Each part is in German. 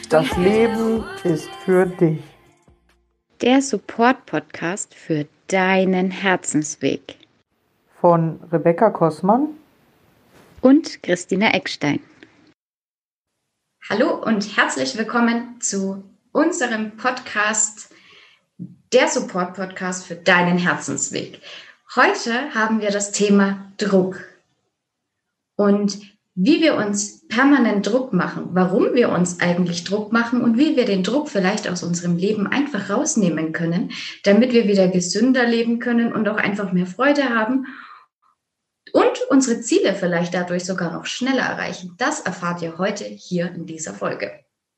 Das Leben ist für dich. Der Support-Podcast für deinen Herzensweg. Von Rebecca Kossmann und Christina Eckstein. Hallo und herzlich willkommen zu unserem Podcast, der Support-Podcast für deinen Herzensweg. Heute haben wir das Thema Druck und wie wir uns permanent Druck machen, warum wir uns eigentlich Druck machen und wie wir den Druck vielleicht aus unserem Leben einfach rausnehmen können, damit wir wieder gesünder leben können und auch einfach mehr Freude haben und unsere Ziele vielleicht dadurch sogar noch schneller erreichen. Das erfahrt ihr heute hier in dieser Folge.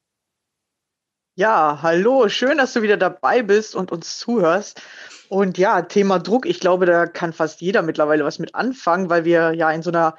Ja, hallo, schön, dass du wieder dabei bist und uns zuhörst. Und ja, Thema Druck, ich glaube, da kann fast jeder mittlerweile was mit anfangen, weil wir ja in so einer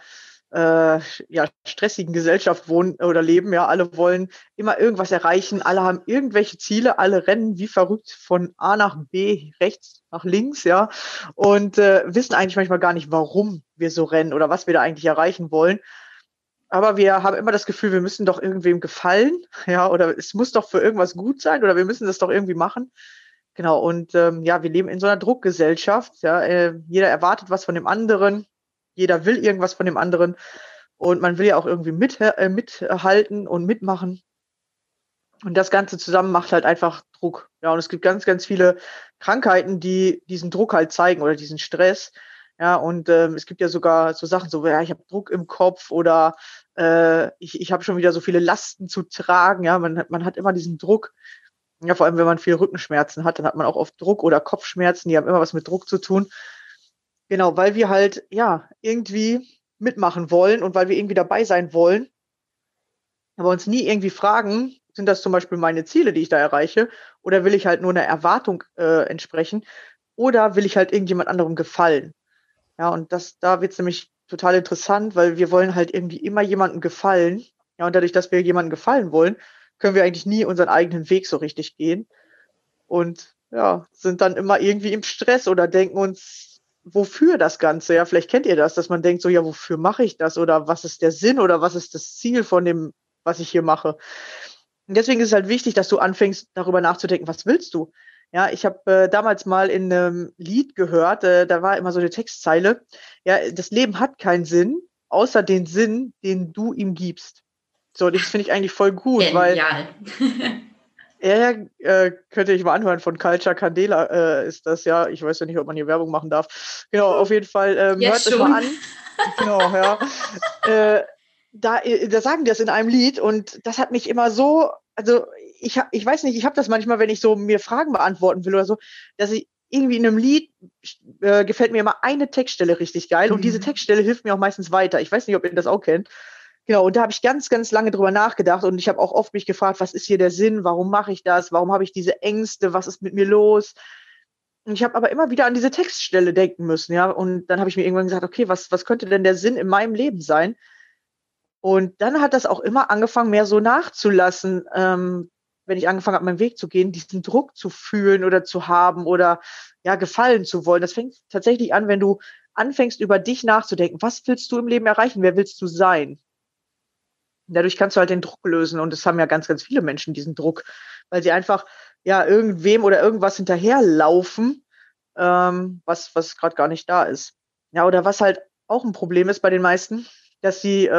stressigen Gesellschaft wohnen oder leben. Ja, alle wollen immer irgendwas erreichen, alle haben irgendwelche Ziele, alle rennen wie verrückt von A nach B, rechts nach links, ja, und wissen eigentlich manchmal gar nicht, warum wir so rennen oder was wir da eigentlich erreichen wollen. Aber wir haben immer das Gefühl, wir müssen doch irgendwem gefallen, ja, oder es muss doch für irgendwas gut sein oder wir müssen das doch irgendwie machen. Genau, und wir leben in so einer Druckgesellschaft, ja, jeder erwartet was von dem anderen, jeder will irgendwas von dem anderen und man will ja auch irgendwie mithalten und mitmachen. Und das Ganze zusammen macht halt einfach Druck. Ja, und es gibt ganz, ganz viele Krankheiten, die diesen Druck halt zeigen oder diesen Stress. Ja, und es gibt ja sogar so Sachen so, ja, ich habe Druck im Kopf oder ich habe schon wieder so viele Lasten zu tragen. Ja, man hat immer diesen Druck. Ja, vor allem, wenn man viel Rückenschmerzen hat, dann hat man auch oft Druck oder Kopfschmerzen, die haben immer was mit Druck zu tun. Genau, weil wir halt, ja, irgendwie mitmachen wollen und weil wir irgendwie dabei sein wollen, aber uns nie irgendwie fragen, sind das zum Beispiel meine Ziele, die ich da erreiche, oder will ich halt nur einer Erwartung entsprechen, oder will ich halt irgendjemand anderem gefallen? Ja, und da wird's nämlich total interessant, weil wir wollen halt irgendwie immer jemandem gefallen. Ja, und dadurch, dass wir jemandem gefallen wollen, können wir eigentlich nie unseren eigenen Weg so richtig gehen. Und ja, sind dann immer irgendwie im Stress oder denken uns, wofür das Ganze? Ja, vielleicht kennt ihr das, dass man denkt so, ja, wofür mache ich das? Oder was ist der Sinn oder was ist das Ziel von dem, was ich hier mache? Und deswegen ist es halt wichtig, dass du anfängst, darüber nachzudenken, was willst du? Ja, ich habe damals mal in einem Lied gehört, da war immer so eine Textzeile, ja, das Leben hat keinen Sinn, außer den Sinn, den du ihm gibst. So, das finde ich eigentlich voll gut, Genial. Könnte ich mal anhören, von Culture Candela ist das, ja. Ich weiß ja nicht, ob man hier Werbung machen darf. Genau, auf jeden Fall, hört euch mal an. Genau, ja. Da sagen die das in einem Lied und das hat mich immer so, also ich weiß nicht, ich habe das manchmal, wenn ich so mir Fragen beantworten will oder so, dass ich irgendwie in einem Lied gefällt mir immer eine Textstelle richtig geil und diese Textstelle hilft mir auch meistens weiter. Ich weiß nicht, ob ihr das auch kennt. Genau, und da habe ich ganz, ganz lange drüber nachgedacht und ich habe auch oft mich gefragt, was ist hier der Sinn, warum mache ich das, warum habe ich diese Ängste, was ist mit mir los? Und ich habe aber immer wieder an diese Textstelle denken müssen, ja, und dann habe ich mir irgendwann gesagt, okay, was könnte denn der Sinn in meinem Leben sein? Und dann hat das auch immer angefangen, mehr so nachzulassen, wenn ich angefangen habe, meinen Weg zu gehen, diesen Druck zu fühlen oder zu haben oder ja, gefallen zu wollen. Das fängt tatsächlich an, wenn du anfängst, über dich nachzudenken. Was willst du im Leben erreichen? Wer willst du sein? Dadurch kannst du halt den Druck lösen und es haben ja ganz, ganz viele Menschen diesen Druck, weil sie einfach ja irgendwem oder irgendwas hinterherlaufen, was gerade gar nicht da ist. Ja, oder was halt auch ein Problem ist bei den meisten, dass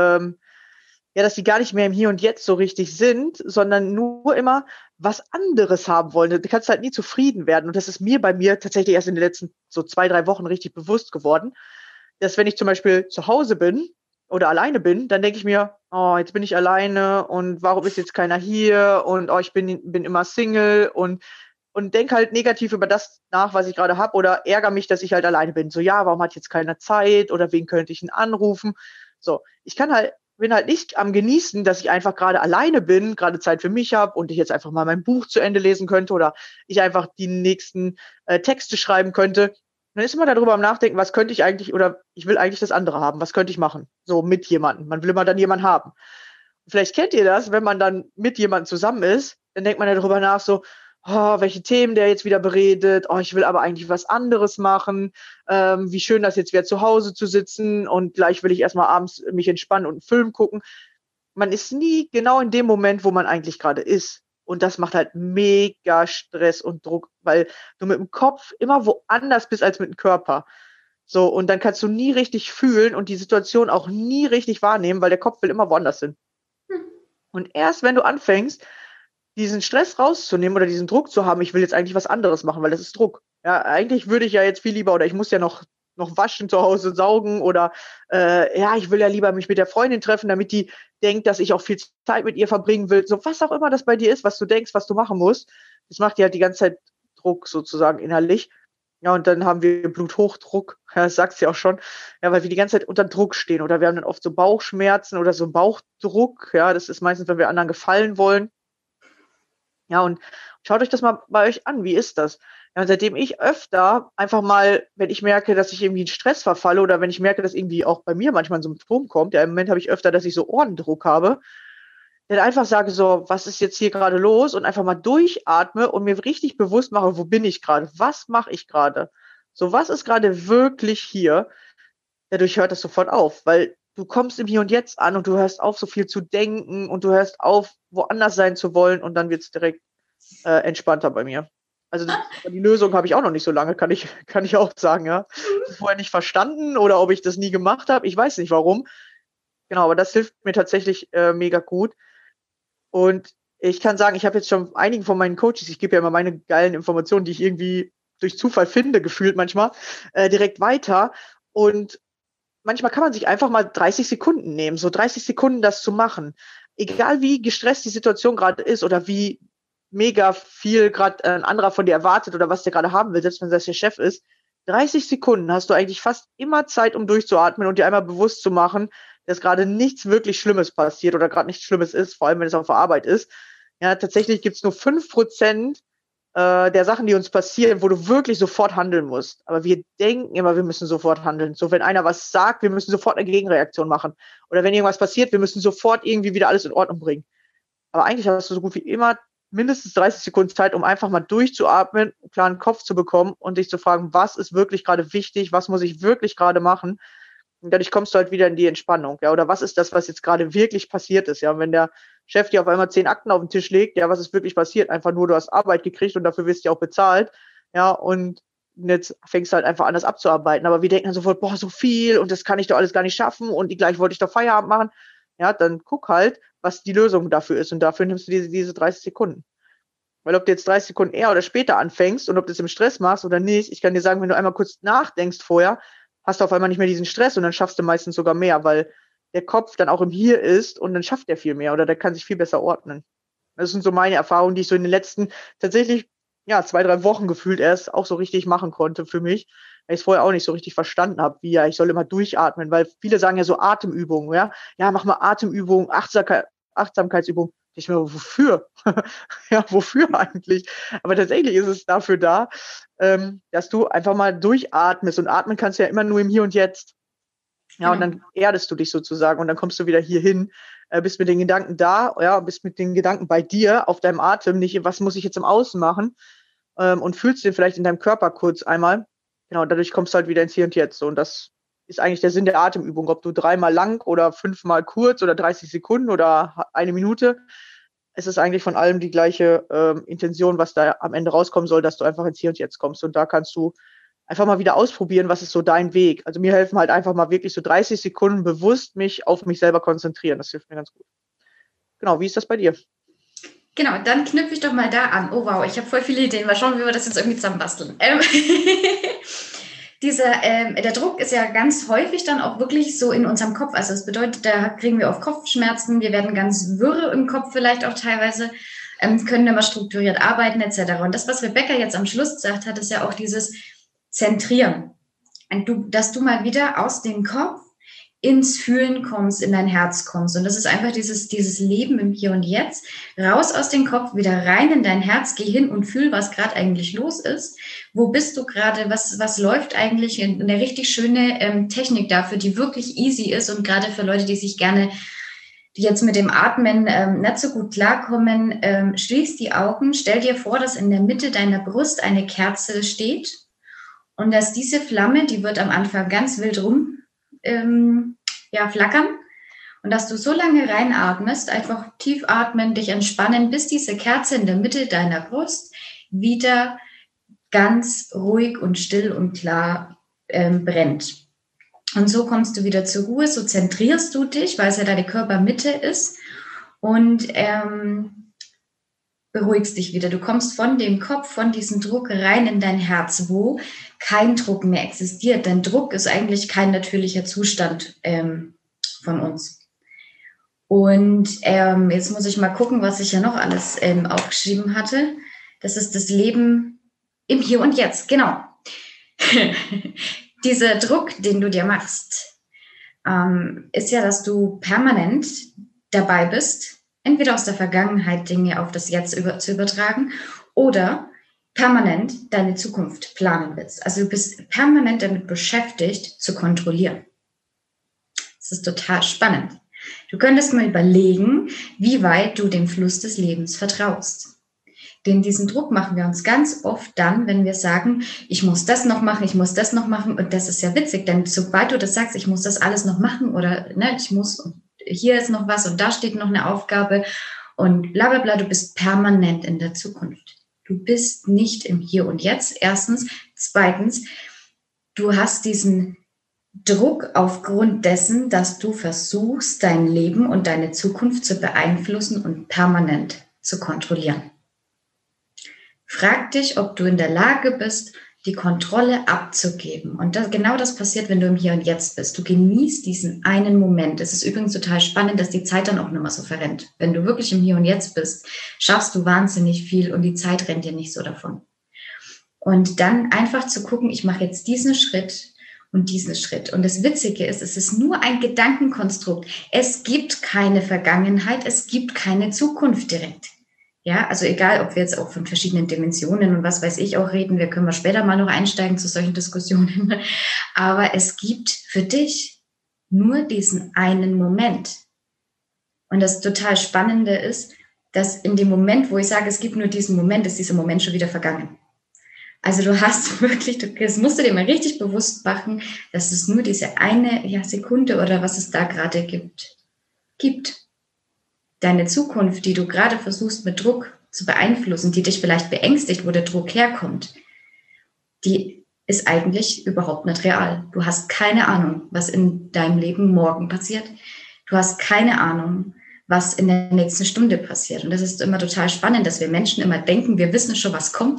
dass sie gar nicht mehr im Hier und Jetzt so richtig sind, sondern nur immer was anderes haben wollen. Du kannst halt nie zufrieden werden. Und das ist bei mir tatsächlich erst in den letzten so 2, 3 Wochen richtig bewusst geworden, dass wenn ich zum Beispiel zu Hause bin oder alleine bin, dann denke ich mir, oh, jetzt bin ich alleine und warum ist jetzt keiner hier und oh, ich bin immer Single und denke halt negativ über das nach, was ich gerade habe oder ärgere mich, dass ich halt alleine bin. So, ja, warum hat jetzt keiner Zeit oder wen könnte ich denn anrufen? So, bin halt nicht am Genießen, dass ich einfach gerade alleine bin, gerade Zeit für mich habe und ich jetzt einfach mal mein Buch zu Ende lesen könnte oder ich einfach die nächsten Texte schreiben könnte. Man ist immer darüber am Nachdenken, was könnte ich eigentlich, oder ich will eigentlich das andere haben, was könnte ich machen? So mit jemandem. Man will immer dann jemanden haben. Vielleicht kennt ihr das, wenn man dann mit jemandem zusammen ist, dann denkt man ja darüber nach, so, oh, welche Themen der jetzt wieder beredet, oh, ich will aber eigentlich was anderes machen, wie schön das jetzt wäre, zu Hause zu sitzen und gleich will ich erstmal abends mich entspannen und einen Film gucken. man ist nie genau in dem Moment, wo man eigentlich gerade ist. Und das macht halt mega Stress und Druck, weil du mit dem Kopf immer woanders bist als mit dem Körper. So, und dann kannst du nie richtig fühlen und die Situation auch nie richtig wahrnehmen, weil der Kopf will immer woanders hin. Und erst wenn du anfängst, diesen Stress rauszunehmen oder diesen Druck zu haben, ich will jetzt eigentlich was anderes machen, weil das ist Druck. Ja, eigentlich würde ich ja jetzt viel lieber, oder ich muss ja noch waschen zu Hause, saugen oder ja, ich will ja lieber mich mit der Freundin treffen, damit die denkt, dass ich auch viel Zeit mit ihr verbringen will. So was auch immer das bei dir ist, was du denkst, was du machen musst. Das macht dir halt die ganze Zeit Druck sozusagen innerlich. Ja, und dann haben wir Bluthochdruck, ja, das sagt's ja auch schon, ja, weil wir die ganze Zeit unter Druck stehen oder wir haben dann oft so Bauchschmerzen oder so Bauchdruck, ja, das ist meistens, wenn wir anderen gefallen wollen. Ja, und schaut euch das mal bei euch an, wie ist das? Ja, und seitdem ich öfter einfach mal, wenn ich merke, dass ich irgendwie in Stress verfalle oder wenn ich merke, dass irgendwie auch bei mir manchmal ein Symptom kommt, ja, im Moment habe ich öfter, dass ich so Ohrendruck habe, dann einfach sage so, was ist jetzt hier gerade los und einfach mal durchatme und mir richtig bewusst mache, wo bin ich gerade? Was mache ich gerade? So, was ist gerade wirklich hier? Dadurch hört das sofort auf, weil du kommst im Hier und Jetzt an und du hörst auf, so viel zu denken und du hörst auf, woanders sein zu wollen und dann wird's direkt entspannter bei mir. Also die Lösung habe ich auch noch nicht so lange, kann ich auch sagen, ja. Vorher nicht verstanden oder ob ich das nie gemacht habe, ich weiß nicht warum. Genau, aber das hilft mir tatsächlich mega gut. Und ich kann sagen, ich habe jetzt schon einigen von meinen Coaches, ich gebe ja immer meine geilen Informationen, die ich irgendwie durch Zufall finde, gefühlt manchmal, direkt weiter. Und manchmal kann man sich einfach mal 30 Sekunden nehmen, so 30 Sekunden das zu machen. Egal wie gestresst die Situation gerade ist oder wie mega viel gerade ein anderer von dir erwartet oder was der gerade haben will, selbst wenn das der Chef ist. 30 Sekunden hast du eigentlich fast immer Zeit, um durchzuatmen und dir einmal bewusst zu machen, dass gerade nichts wirklich Schlimmes passiert oder gerade nichts Schlimmes ist, vor allem wenn es auf der Arbeit ist. Ja, tatsächlich gibt es nur 5% der Sachen, die uns passieren, wo du wirklich sofort handeln musst. Aber wir denken immer, wir müssen sofort handeln. So, wenn einer was sagt, wir müssen sofort eine Gegenreaktion machen. Oder wenn irgendwas passiert, wir müssen sofort irgendwie wieder alles in Ordnung bringen. Aber eigentlich hast du so gut wie immer mindestens 30 Sekunden Zeit, um einfach mal durchzuatmen, einen klaren Kopf zu bekommen und dich zu fragen, was ist wirklich gerade wichtig, was muss ich wirklich gerade machen? Und dadurch kommst du halt wieder in die Entspannung, ja, oder was ist das, was jetzt gerade wirklich passiert ist, ja, und wenn der Chef dir auf einmal 10 Akten auf den Tisch legt, ja, was ist wirklich passiert? Einfach nur, du hast Arbeit gekriegt und dafür wirst du auch bezahlt, ja, und jetzt fängst du halt einfach an, das abzuarbeiten, aber wir denken dann sofort, boah, so viel und das kann ich doch alles gar nicht schaffen und gleich wollte ich doch Feierabend machen, ja, dann guck halt, was die Lösung dafür ist und dafür nimmst du diese 30 Sekunden. Weil ob du jetzt 30 Sekunden eher oder später anfängst und ob du es im Stress machst oder nicht, ich kann dir sagen, wenn du einmal kurz nachdenkst vorher, hast du auf einmal nicht mehr diesen Stress und dann schaffst du meistens sogar mehr, weil der Kopf dann auch im Hier ist und dann schafft er viel mehr oder der kann sich viel besser ordnen. Das sind so meine Erfahrungen, die ich so in den letzten tatsächlich, ja, 2-3 Wochen gefühlt erst auch so richtig machen konnte für mich, weil ich es vorher auch nicht so richtig verstanden habe, wie ja, ich soll immer durchatmen, weil viele sagen ja so Atemübungen, ja, mach mal Atemübungen, Achtsamkeitsübungen. Ich mir, wofür? Ja, wofür eigentlich? Aber tatsächlich ist es dafür da, dass du einfach mal durchatmest und atmen kannst ja immer nur im Hier und Jetzt. Ja, und dann erdest du dich sozusagen und dann kommst du wieder hier hin, bist mit den Gedanken da, ja, bist mit den Gedanken bei dir, auf deinem Atem, nicht, was muss ich jetzt im Außen machen, und fühlst den vielleicht in deinem Körper kurz einmal. Genau, dadurch kommst du halt wieder ins Hier und Jetzt. So, und das ist eigentlich der Sinn der Atemübung, ob du 3-mal lang oder 5-mal kurz oder 30 Sekunden oder 1 Minute. Es ist eigentlich von allem die gleiche Intention, was da am Ende rauskommen soll, dass du einfach ins Hier und Jetzt kommst. Und da kannst du einfach mal wieder ausprobieren, was ist so dein Weg. Also mir helfen halt einfach mal wirklich so 30 Sekunden bewusst mich auf mich selber konzentrieren. Das hilft mir ganz gut. Genau, wie ist das bei dir? Genau, dann knüpfe ich doch mal da an. Oh wow, ich habe voll viele Ideen. Mal schauen, wie wir das jetzt irgendwie zusammenbasteln. Der Druck ist ja ganz häufig dann auch wirklich so in unserem Kopf. Also das bedeutet, da kriegen wir oft Kopfschmerzen, wir werden ganz wirre im Kopf vielleicht auch teilweise, können immer strukturiert arbeiten etc. Und das, was Rebecca jetzt am Schluss gesagt hat, ist ja auch dieses Zentrieren. Dass du mal wieder aus dem Kopf ins Fühlen kommst, in dein Herz kommst. Und das ist einfach dieses Leben im Hier und Jetzt. Raus aus dem Kopf, wieder rein in dein Herz, geh hin und fühl, was gerade eigentlich los ist. Wo bist du gerade? Was läuft eigentlich? Eine richtig schöne Technik dafür, die wirklich easy ist und gerade für Leute, die jetzt mit dem Atmen nicht so gut klarkommen, schließ die Augen, stell dir vor, dass in der Mitte deiner Brust eine Kerze steht und dass diese Flamme, die wird am Anfang ganz wild flackern Und dass du so lange reinatmest, einfach tief atmen, dich entspannen, bis diese Kerze in der Mitte deiner Brust wieder ganz ruhig und still und klar brennt. Und so kommst du wieder zur Ruhe, so zentrierst du dich, weil es ja deine Körpermitte ist und beruhigst dich wieder. Du kommst von dem Kopf, von diesem Druck rein in dein Herz, wo kein Druck mehr existiert. Denn Druck ist eigentlich kein natürlicher Zustand von uns. Und jetzt muss ich mal gucken, was ich ja noch alles aufgeschrieben hatte. Das ist das Leben im Hier und Jetzt, genau. Dieser Druck, den du dir machst, ist ja, dass du permanent dabei bist, entweder aus der Vergangenheit Dinge auf das Jetzt zu übertragen oder permanent deine Zukunft planen willst. Also du bist permanent damit beschäftigt, zu kontrollieren. Das ist total spannend. Du könntest mal überlegen, wie weit du dem Fluss des Lebens vertraust. Denn diesen Druck machen wir uns ganz oft dann, wenn wir sagen, ich muss das noch machen, ich muss das noch machen. Und das ist ja witzig, denn sobald du das sagst, ich muss das alles noch machen oder ne, ich muss, hier ist noch was und da steht noch eine Aufgabe und bla bla bla, du bist permanent in der Zukunft. Du bist nicht im Hier und Jetzt, erstens. Zweitens, du hast diesen Druck aufgrund dessen, dass du versuchst, dein Leben und deine Zukunft zu beeinflussen und permanent zu kontrollieren. Frag dich, ob du in der Lage bist, die Kontrolle abzugeben. Und genau das passiert, wenn du im Hier und Jetzt bist. Du genießt diesen einen Moment. Es ist übrigens total spannend, dass die Zeit dann auch nicht mehr so verrennt. Wenn du wirklich im Hier und Jetzt bist, schaffst du wahnsinnig viel und die Zeit rennt dir nicht so davon. Und dann einfach zu gucken, ich mache jetzt diesen Schritt und diesen Schritt. Und das Witzige ist, es ist nur ein Gedankenkonstrukt. Es gibt keine Vergangenheit, es gibt keine Zukunft direkt. Ja, also egal, ob wir jetzt auch von verschiedenen Dimensionen und was weiß ich auch reden, wir können später mal noch einsteigen zu solchen Diskussionen. Aber es gibt für dich nur diesen einen Moment. Und das total Spannende ist, dass in dem Moment, wo ich sage, es gibt nur diesen Moment, ist dieser Moment schon wieder vergangen. Also du hast wirklich, das musst du dir mal richtig bewusst machen, dass es nur diese eine Sekunde oder was es da gerade gibt. Deine Zukunft, die du gerade versuchst mit Druck zu beeinflussen, die dich vielleicht beängstigt, wo der Druck herkommt, die ist eigentlich überhaupt nicht real. Du hast keine Ahnung, was in deinem Leben morgen passiert. Du hast keine Ahnung, was in der nächsten Stunde passiert. Und das ist immer total spannend, dass wir Menschen immer denken, wir wissen schon, was kommt,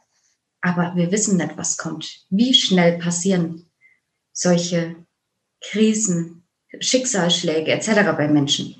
aber wir wissen nicht, was kommt. Wie schnell passieren solche Krisen, Schicksalsschläge etc. bei Menschen?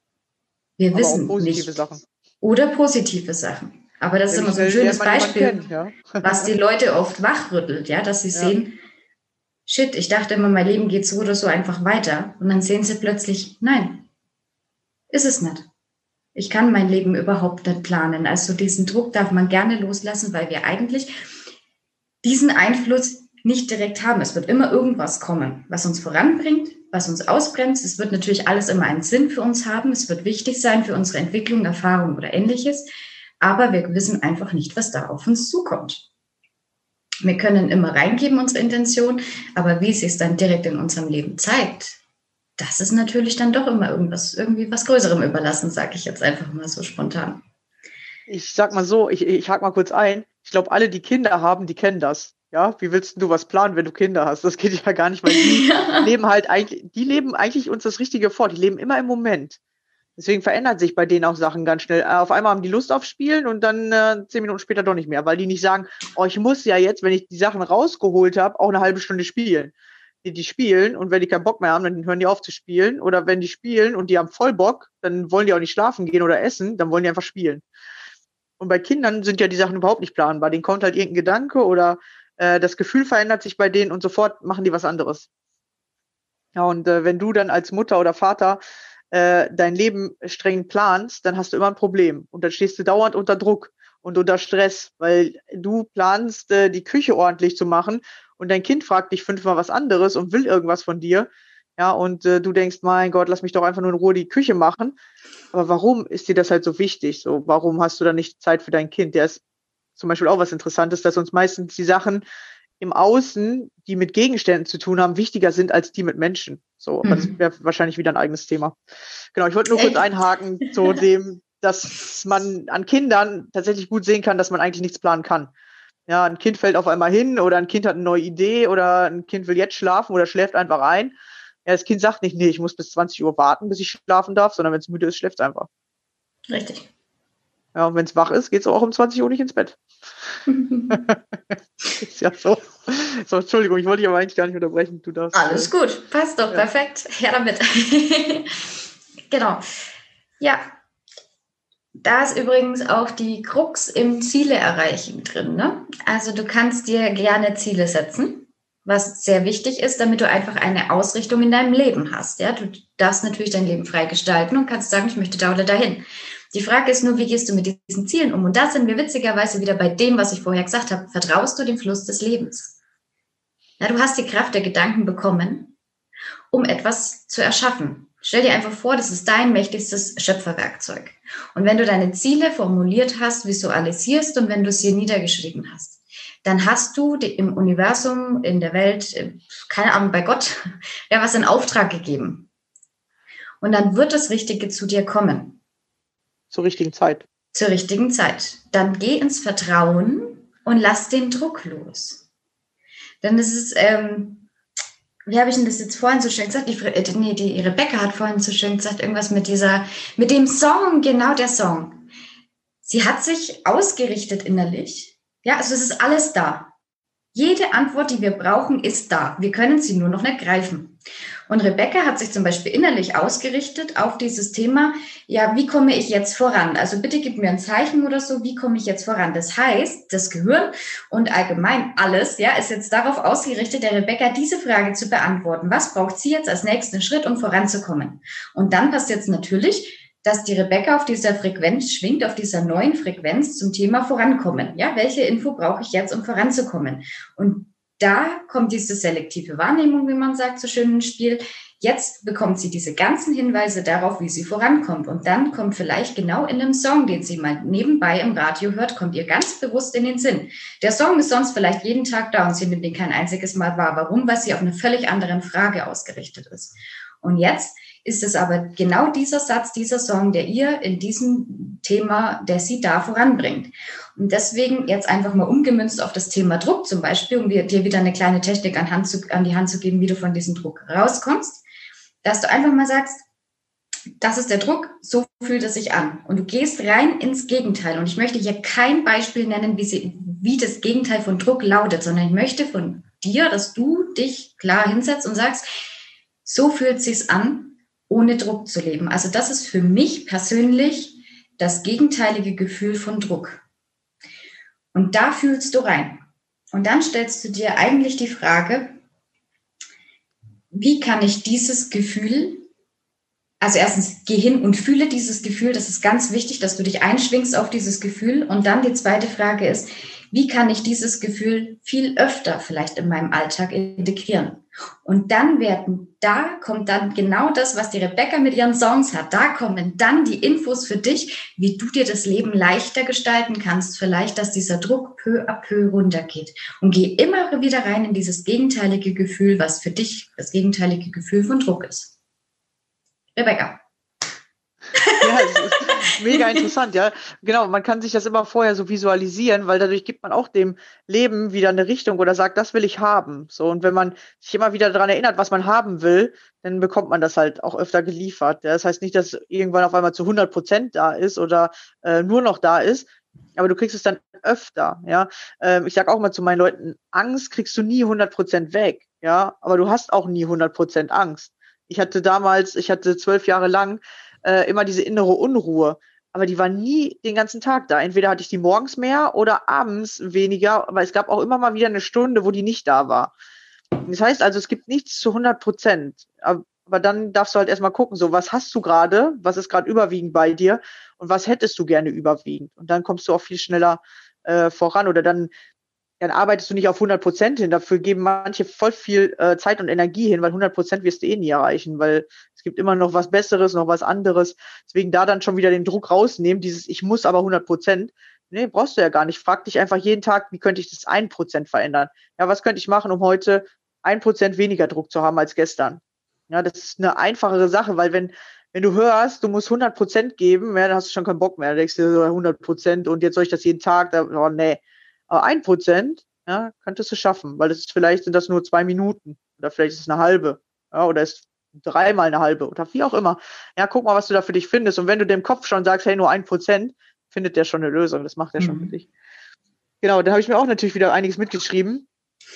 Wir aber wissen auch positive nicht. Sachen. Oder positive Sachen. Aber das ist immer so ein schönes Beispiel, kennt, ja. Was die Leute oft wachrüttelt, ja, dass sie sehen, shit, ich dachte immer, mein Leben geht so oder so einfach weiter. Und dann sehen sie plötzlich, nein, ist es nicht. Ich kann mein Leben überhaupt nicht planen. Also diesen Druck darf man gerne loslassen, weil wir eigentlich diesen Einfluss nicht direkt haben. Es wird immer irgendwas kommen, was uns voranbringt, was uns ausbremst. Es wird natürlich alles immer einen Sinn für uns haben. Es wird wichtig sein für unsere Entwicklung, Erfahrung oder Ähnliches. Aber wir wissen einfach nicht, was da auf uns zukommt. Wir können immer reingeben, unsere Intention, aber wie es sich dann direkt in unserem Leben zeigt, das ist natürlich dann doch immer irgendwie was Größerem überlassen, sage ich jetzt einfach mal so spontan. Ich sag mal so, ich hake mal kurz ein. Ich glaube, alle, die Kinder haben, die kennen das. Ja, wie willst du was planen, wenn du Kinder hast? Das geht ja gar nicht, weil die leben eigentlich uns das Richtige vor. Die leben immer im Moment. Deswegen verändern sich bei denen auch Sachen ganz schnell. Auf einmal haben die Lust auf Spielen und dann 10 Minuten später doch nicht mehr, weil die nicht sagen, oh, ich muss ja jetzt, wenn ich die Sachen rausgeholt habe, auch eine halbe Stunde spielen. Die spielen und wenn die keinen Bock mehr haben, dann hören die auf zu spielen. Oder wenn die spielen und die haben voll Bock, dann wollen die auch nicht schlafen gehen oder essen, dann wollen die einfach spielen. Und bei Kindern sind ja die Sachen überhaupt nicht planbar. Denen kommt halt irgendein Gedanke oder das Gefühl verändert sich bei denen und sofort machen die was anderes. Ja, und wenn du dann als Mutter oder Vater dein Leben streng planst, dann hast du immer ein Problem. Und dann stehst du dauernd unter Druck und unter Stress, weil du planst, die Küche ordentlich zu machen und dein Kind fragt dich 5-mal was anderes und will irgendwas von dir. Ja, und du denkst, mein Gott, lass mich doch einfach nur in Ruhe die Küche machen. Aber warum ist dir das halt so wichtig? So, warum hast du dann nicht Zeit für dein Kind? Der ist zum Beispiel auch was Interessantes, dass uns meistens die Sachen im Außen, die mit Gegenständen zu tun haben, wichtiger sind als die mit Menschen. So, aber das wäre wahrscheinlich wieder ein eigenes Thema. Genau, ich wollte nur kurz einhaken zu dem, dass man an Kindern tatsächlich gut sehen kann, dass man eigentlich nichts planen kann. Ja, ein Kind fällt auf einmal hin oder ein Kind hat eine neue Idee oder ein Kind will jetzt schlafen oder schläft einfach ein. Ja, das Kind sagt nicht, nee, ich muss bis 20 Uhr warten, bis ich schlafen darf, sondern wenn es müde ist, schläft es einfach. Richtig. Ja, und wenn es wach ist, geht es auch um 20 Uhr nicht ins Bett. Ist ja so. So, Entschuldigung, ich wollte dich aber eigentlich gar nicht unterbrechen. Du darfst. Alles gut, passt doch, perfekt. Her damit. Genau. Ja, da ist übrigens auch die Krux im Ziele erreichen drin. Ne? Also du kannst dir gerne Ziele setzen, was sehr wichtig ist, damit du einfach eine Ausrichtung in deinem Leben hast. Ja? Du darfst natürlich dein Leben frei gestalten und kannst sagen, ich möchte da oder dahin. Die Frage ist nur, wie gehst du mit diesen Zielen um? Und da sind wir witzigerweise wieder bei dem, was ich vorher gesagt habe. Vertraust du dem Fluss des Lebens? Ja, du hast die Kraft der Gedanken bekommen, um etwas zu erschaffen. Stell dir einfach vor, das ist dein mächtigstes Schöpferwerkzeug. Und wenn du deine Ziele formuliert hast, visualisierst und wenn du sie niedergeschrieben hast, dann hast du im Universum, in der Welt, keine Ahnung, bei Gott, ja, was in Auftrag gegeben. Und dann wird das Richtige zu dir kommen. Zur richtigen Zeit. Zur richtigen Zeit. Dann geh ins Vertrauen und lass den Druck los. Denn es ist, wie habe ich denn das jetzt vorhin so schön gesagt? Die Rebecca hat vorhin so schön gesagt, irgendwas mit dem Song, genau der Song. Sie hat sich ausgerichtet innerlich. Ja, also es ist alles da. Jede Antwort, die wir brauchen, ist da. Wir können sie nur noch nicht greifen. Und Rebecca hat sich zum Beispiel innerlich ausgerichtet auf dieses Thema, ja, wie komme ich jetzt voran? Also bitte gib mir ein Zeichen oder so, wie komme ich jetzt voran? Das heißt, das Gehirn und allgemein alles, ja, ist jetzt darauf ausgerichtet, der Rebecca diese Frage zu beantworten. Was braucht sie jetzt als nächsten Schritt, um voranzukommen? Und dann passiert es natürlich, dass die Rebecca auf dieser Frequenz schwingt, auf dieser neuen Frequenz zum Thema Vorankommen. Ja, welche Info brauche ich jetzt, um voranzukommen? Und da kommt diese selektive Wahrnehmung, wie man sagt, so schön ins Spiel. Jetzt bekommt sie diese ganzen Hinweise darauf, wie sie vorankommt. Und dann kommt vielleicht genau in einem Song, den sie mal nebenbei im Radio hört, kommt ihr ganz bewusst in den Sinn. Der Song ist sonst vielleicht jeden Tag da und sie nimmt ihn kein einziges Mal wahr. Warum? Weil sie auf eine völlig andere Frage ausgerichtet ist. Und jetzt ist es aber genau dieser Satz, dieser Song, der ihr in diesem Thema, der sie da voranbringt. Und deswegen jetzt einfach mal umgemünzt auf das Thema Druck zum Beispiel, um dir wieder eine kleine Technik an die Hand zu geben, wie du von diesem Druck rauskommst, dass du einfach mal sagst, das ist der Druck, so fühlt es sich an. Und du gehst rein ins Gegenteil. Und ich möchte hier kein Beispiel nennen, wie das Gegenteil von Druck lautet, sondern ich möchte von dir, dass du dich klar hinsetzt und sagst, so fühlt es sich an, ohne Druck zu leben. Also das ist für mich persönlich das gegenteilige Gefühl von Druck. Und da fühlst du rein. Und dann stellst du dir eigentlich die Frage, wie kann ich dieses Gefühl, also erstens, geh hin und fühle dieses Gefühl, das ist ganz wichtig, dass du dich einschwingst auf dieses Gefühl. Und dann die zweite Frage ist, wie kann ich dieses Gefühl viel öfter vielleicht in meinem Alltag integrieren? Und dann kommt dann genau das, was die Rebecca mit ihren Songs hat. Da kommen dann die Infos für dich, wie du dir das Leben leichter gestalten kannst. Vielleicht, dass dieser Druck peu à peu runtergeht. Und geh immer wieder rein in dieses gegenteilige Gefühl, was für dich das gegenteilige Gefühl von Druck ist. Rebecca. Ja, es ist mega interessant, ja. Genau, man kann sich das immer vorher so visualisieren, weil dadurch gibt man auch dem Leben wieder eine Richtung oder sagt, das will ich haben. So, und wenn man sich immer wieder daran erinnert, was man haben will, dann bekommt man das halt auch öfter geliefert. Ja, das heißt nicht, dass irgendwann auf einmal zu 100% da ist oder nur noch da ist, aber du kriegst es dann öfter, ja. Ich sage auch mal zu meinen Leuten, Angst kriegst du nie 100% weg, ja, aber du hast auch nie 100% Angst. Ich hatte 12 Jahre lang immer diese innere Unruhe. Aber die war nie den ganzen Tag da. Entweder hatte ich die morgens mehr oder abends weniger, aber es gab auch immer mal wieder eine Stunde, wo die nicht da war. Das heißt also, es gibt nichts zu 100%. Aber dann darfst du halt erstmal gucken, so, was hast du gerade? Was ist gerade überwiegend bei dir? Und was hättest du gerne überwiegend? Und dann kommst du auch viel schneller voran oder dann arbeitest du nicht auf 100% hin. Dafür geben manche voll viel Zeit und Energie hin, weil 100% wirst du eh nie erreichen, weil es gibt immer noch was Besseres, noch was anderes. Deswegen da dann schon wieder den Druck rausnehmen, ich muss aber 100%. Nee, brauchst du ja gar nicht. Frag dich einfach jeden Tag, wie könnte ich das 1% verändern? Ja, was könnte ich machen, um heute 1% weniger Druck zu haben als gestern? Ja, das ist eine einfachere Sache, weil wenn du hörst, du musst 100% geben, ja, dann hast du schon keinen Bock mehr. Dann denkst du dir so 100% und jetzt soll ich das jeden Tag, oh nee. Aber 1%, ja, könntest du schaffen, weil vielleicht sind das nur 2 Minuten oder vielleicht ist es eine halbe, ja, oder ist dreimal eine halbe oder wie auch immer. Ja, guck mal, was du da für dich findest. Und wenn du dem Kopf schon sagst, hey, nur 1%, findet der schon eine Lösung. Das macht er schon für dich. Genau, da habe ich mir auch natürlich wieder einiges mitgeschrieben.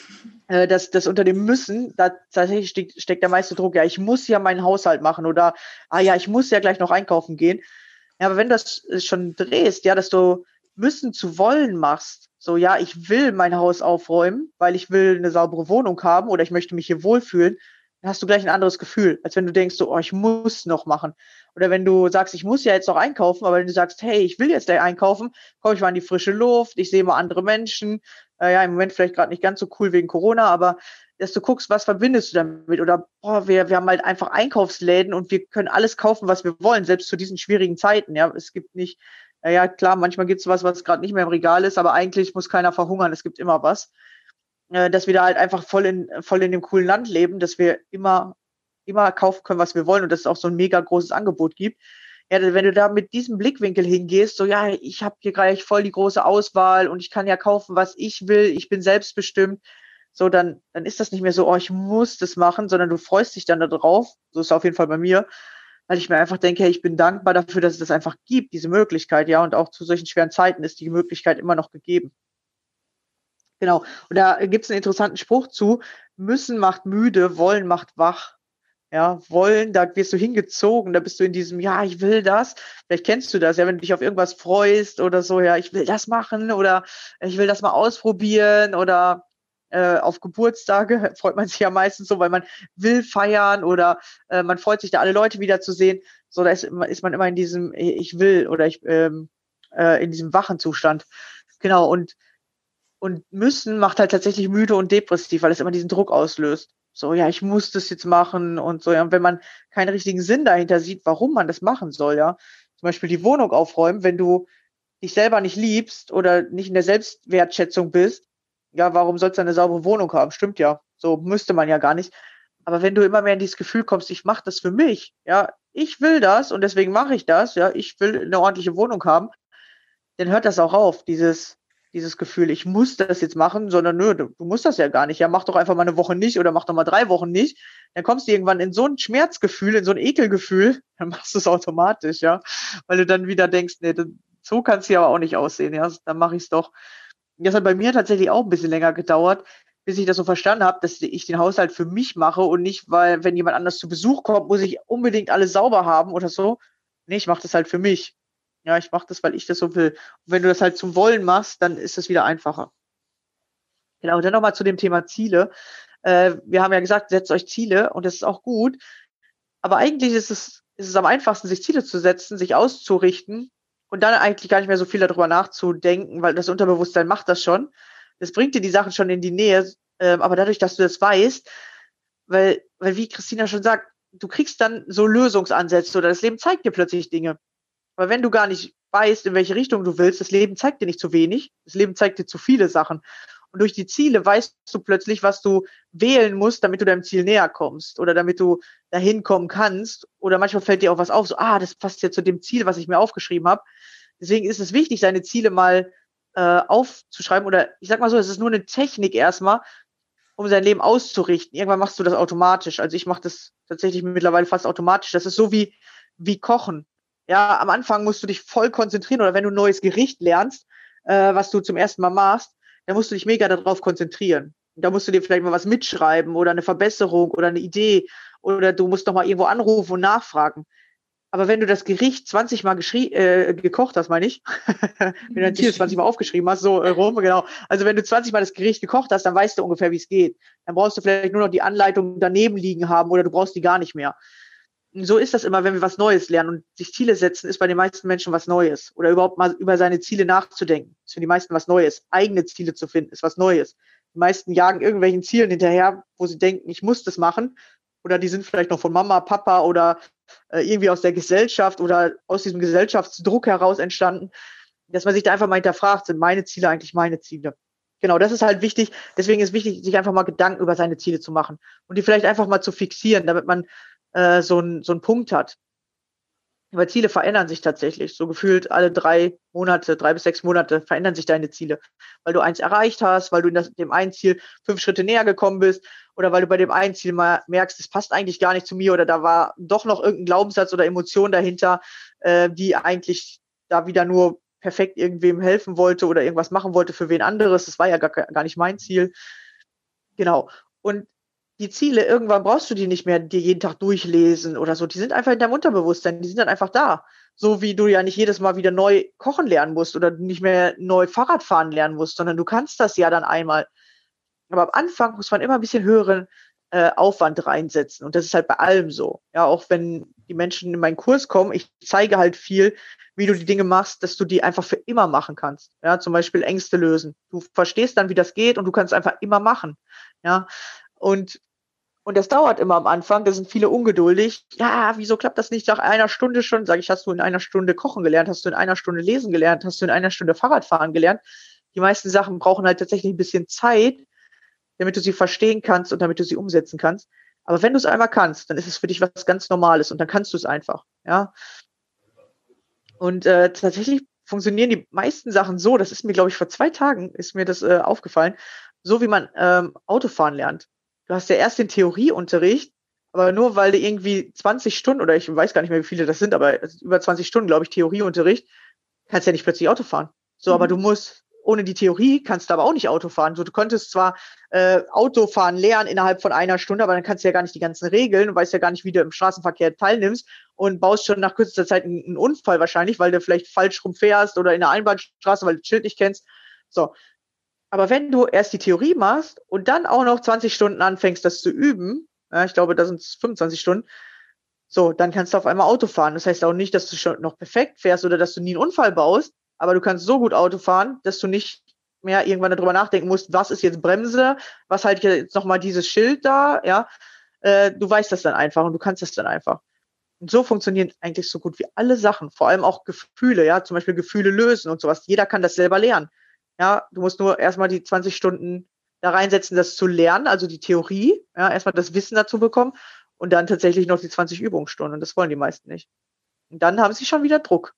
Das unter dem Müssen, da tatsächlich steckt der meiste Druck. Ja, ich muss ja meinen Haushalt machen oder, ja, ich muss ja gleich noch einkaufen gehen. Ja, aber wenn du das schon drehst, ja, dass du müssen zu wollen machst, so, ja, ich will mein Haus aufräumen, weil ich will eine saubere Wohnung haben oder ich möchte mich hier wohlfühlen, dann hast du gleich ein anderes Gefühl, als wenn du denkst, so, oh, ich muss noch machen. Oder wenn du sagst, ich muss ja jetzt noch einkaufen, aber wenn du sagst, hey, ich will jetzt gleich einkaufen, komme ich mal in die frische Luft, ich sehe mal andere Menschen, ja, im Moment vielleicht gerade nicht ganz so cool wegen Corona, aber dass du guckst, was verbindest du damit? Oder boah, wir haben halt einfach Einkaufsläden und wir können alles kaufen, was wir wollen, selbst zu diesen schwierigen Zeiten. Ja, es gibt nicht, ja klar, manchmal gibt es was gerade nicht mehr im Regal ist, aber eigentlich muss keiner verhungern, es gibt immer was. Dass wir da halt einfach voll in dem coolen Land leben, dass wir immer kaufen können, was wir wollen und dass es auch so ein mega großes Angebot gibt. Ja, wenn du da mit diesem Blickwinkel hingehst, so ja, ich habe hier gleich voll die große Auswahl und ich kann ja kaufen, was ich will, ich bin selbstbestimmt, so dann ist das nicht mehr so, oh, ich muss das machen, sondern du freust dich dann darauf, so ist es auf jeden Fall bei mir, weil ich mir einfach denke, hey, ich bin dankbar dafür, dass es das einfach gibt, diese Möglichkeit, ja, und auch zu solchen schweren Zeiten ist die Möglichkeit immer noch gegeben. Genau. Und da gibt es einen interessanten Spruch zu, müssen macht müde, wollen macht wach. Ja, wollen, da wirst du hingezogen, da bist du in diesem, ja, ich will das. Vielleicht kennst du das, ja, wenn du dich auf irgendwas freust oder so, ja, ich will das machen oder ich will das mal ausprobieren oder auf Geburtstage freut man sich ja meistens so, weil man will feiern oder man freut sich da alle Leute wiederzusehen. So, da ist man immer in diesem, ich will oder in diesem wachen Zustand. Genau, und müssen macht halt tatsächlich müde und depressiv, weil es immer diesen Druck auslöst. So, ja, ich muss das jetzt machen und so, ja. Und wenn man keinen richtigen Sinn dahinter sieht, warum man das machen soll, ja. Zum Beispiel die Wohnung aufräumen, wenn du dich selber nicht liebst oder nicht in der Selbstwertschätzung bist, ja, warum sollst du eine saubere Wohnung haben? Stimmt ja. So müsste man ja gar nicht. Aber wenn du immer mehr in dieses Gefühl kommst, ich mache das für mich, ja, ich will das und deswegen mache ich das, ja, ich will eine ordentliche Wohnung haben, dann hört das auch auf, dieses Gefühl, ich muss das jetzt machen, sondern nö, du musst das ja gar nicht. Ja, mach doch einfach mal eine Woche nicht oder mach doch mal 3 Wochen nicht. Dann kommst du irgendwann in so ein Schmerzgefühl, in so ein Ekelgefühl, dann machst du es automatisch, ja. Weil du dann wieder denkst, nee, so kann es hier aber auch nicht aussehen, ja. Dann mache ich es doch. Das hat bei mir tatsächlich auch ein bisschen länger gedauert, bis ich das so verstanden habe, dass ich den Haushalt für mich mache und nicht, weil, wenn jemand anders zu Besuch kommt, muss ich unbedingt alles sauber haben oder so. Nee, ich mache das halt für mich. Ja, ich mache das, weil ich das so will. Und wenn du das halt zum Wollen machst, dann ist es wieder einfacher. Genau, und dann nochmal zu dem Thema Ziele. Wir haben ja gesagt, setzt euch Ziele und das ist auch gut. Aber eigentlich ist es am einfachsten, sich Ziele zu setzen, sich auszurichten und dann eigentlich gar nicht mehr so viel darüber nachzudenken, weil das Unterbewusstsein macht das schon. Das bringt dir die Sachen schon in die Nähe. Aber dadurch, dass du das weißt, weil wie Christina schon sagt, du kriegst dann so Lösungsansätze oder das Leben zeigt dir plötzlich Dinge. Weil wenn du gar nicht weißt, in welche Richtung du willst, das Leben zeigt dir nicht zu wenig, das Leben zeigt dir zu viele Sachen. Und durch die Ziele weißt du plötzlich, was du wählen musst, damit du deinem Ziel näher kommst oder damit du dahin kommen kannst. Oder manchmal fällt dir auch was auf, so, das passt ja zu dem Ziel, was ich mir aufgeschrieben habe. Deswegen ist es wichtig, seine Ziele mal aufzuschreiben. Oder ich sag mal so, es ist nur eine Technik erstmal, um sein Leben auszurichten. Irgendwann machst du das automatisch. Also ich mache das tatsächlich mittlerweile fast automatisch. Das ist so wie Kochen. Ja, am Anfang musst du dich voll konzentrieren oder wenn du ein neues Gericht lernst, was du zum ersten Mal machst, dann musst du dich mega darauf konzentrieren. Da musst du dir vielleicht mal was mitschreiben oder eine Verbesserung oder eine Idee oder du musst noch mal irgendwo anrufen und nachfragen. Aber wenn du das Gericht 20 Mal gekocht hast, meine ich, wenn du dein Ziel 20 Mal aufgeschrieben hast, so rum, genau. Also wenn du 20 Mal das Gericht gekocht hast, dann weißt du ungefähr, wie es geht. Dann brauchst du vielleicht nur noch die Anleitung daneben liegen haben oder du brauchst die gar nicht mehr. So ist das immer, wenn wir was Neues lernen und sich Ziele setzen, ist bei den meisten Menschen was Neues. Oder überhaupt mal über seine Ziele nachzudenken. Ist für die meisten was Neues. Eigene Ziele zu finden, ist was Neues. Die meisten jagen irgendwelchen Zielen hinterher, wo sie denken, ich muss das machen. Oder die sind vielleicht noch von Mama, Papa oder irgendwie aus der Gesellschaft oder aus diesem Gesellschaftsdruck heraus entstanden. dass man sich da einfach mal hinterfragt, sind meine Ziele eigentlich meine Ziele? Genau, das ist halt wichtig. Deswegen ist wichtig, sich einfach mal Gedanken über seine Ziele zu machen und die vielleicht einfach mal zu fixieren, damit man so einen Punkt hat. Weil Ziele verändern sich tatsächlich. So gefühlt alle 3 bis 6 Monate verändern sich deine Ziele. Weil du eins erreicht hast, weil du dem einen Ziel 5 Schritte näher gekommen bist oder weil du bei dem einen Ziel mal merkst, es passt eigentlich gar nicht zu mir oder da war doch noch irgendein Glaubenssatz oder Emotion dahinter, die eigentlich da wieder nur perfekt irgendwem helfen wollte oder irgendwas machen wollte für wen anderes. Das war ja gar nicht mein Ziel. Genau. Und die Ziele, irgendwann brauchst du die nicht mehr dir jeden Tag durchlesen oder so. Die sind einfach in deinem Unterbewusstsein, die sind dann einfach da. So wie du ja nicht jedes Mal wieder neu kochen lernen musst oder nicht mehr neu Fahrrad fahren lernen musst, sondern du kannst das ja dann einmal. Aber am Anfang muss man immer ein bisschen höheren Aufwand reinsetzen. Und das ist halt bei allem so. Ja, auch wenn die Menschen in meinen Kurs kommen, ich zeige halt viel, wie du die Dinge machst, dass du die einfach für immer machen kannst. Ja, zum Beispiel Ängste lösen. Du verstehst dann, wie das geht und du kannst einfach immer machen. Ja, und das dauert immer am Anfang, da sind viele ungeduldig. Ja, wieso klappt das nicht nach einer Stunde schon? Sag ich, hast du in einer Stunde kochen gelernt? Hast du in einer Stunde lesen gelernt? Hast du in einer Stunde Fahrrad fahren gelernt? Die meisten Sachen brauchen halt tatsächlich ein bisschen Zeit, damit du sie verstehen kannst und damit du sie umsetzen kannst. Aber wenn du es einmal kannst, dann ist es für dich was ganz Normales und dann kannst du es einfach. Ja. Und tatsächlich funktionieren die meisten Sachen so, das ist mir, glaube ich, vor 2 Tagen ist mir das aufgefallen, so wie man Autofahren lernt. Du hast ja erst den Theorieunterricht, aber nur weil du irgendwie 20 Stunden, oder ich weiß gar nicht mehr, wie viele das sind, aber über 20 Stunden, glaube ich, Theorieunterricht, kannst ja nicht plötzlich Auto fahren. So, aber du musst, ohne die Theorie kannst du aber auch nicht Auto fahren. So, du könntest zwar Autofahren lernen innerhalb von einer Stunde, aber dann kannst du ja gar nicht die ganzen Regeln, du weißt ja gar nicht, wie du im Straßenverkehr teilnimmst und baust schon nach kürzester Zeit einen Unfall wahrscheinlich, weil du vielleicht falsch rumfährst oder in der Einbahnstraße, weil du das Schild nicht kennst. So. Aber wenn du erst die Theorie machst und dann auch noch 20 Stunden anfängst, das zu üben, ja, ich glaube, da sind es 25 Stunden, so, dann kannst du auf einmal Auto fahren. Das heißt auch nicht, dass du schon noch perfekt fährst oder dass du nie einen Unfall baust, aber du kannst so gut Auto fahren, dass du nicht mehr irgendwann darüber nachdenken musst, was ist jetzt Bremse, was halt jetzt nochmal dieses Schild da, ja. Du weißt das dann einfach und du kannst das dann einfach. Und so funktionieren eigentlich so gut wie alle Sachen, vor allem auch Gefühle, ja, zum Beispiel Gefühle lösen und sowas. Jeder kann das selber lernen. Ja, du musst nur erstmal die 20 Stunden da reinsetzen, das zu lernen, also die Theorie, ja, erstmal das Wissen dazu bekommen und dann tatsächlich noch die 20 Übungsstunden. Und das wollen die meisten nicht. Und dann haben sie schon wieder Druck.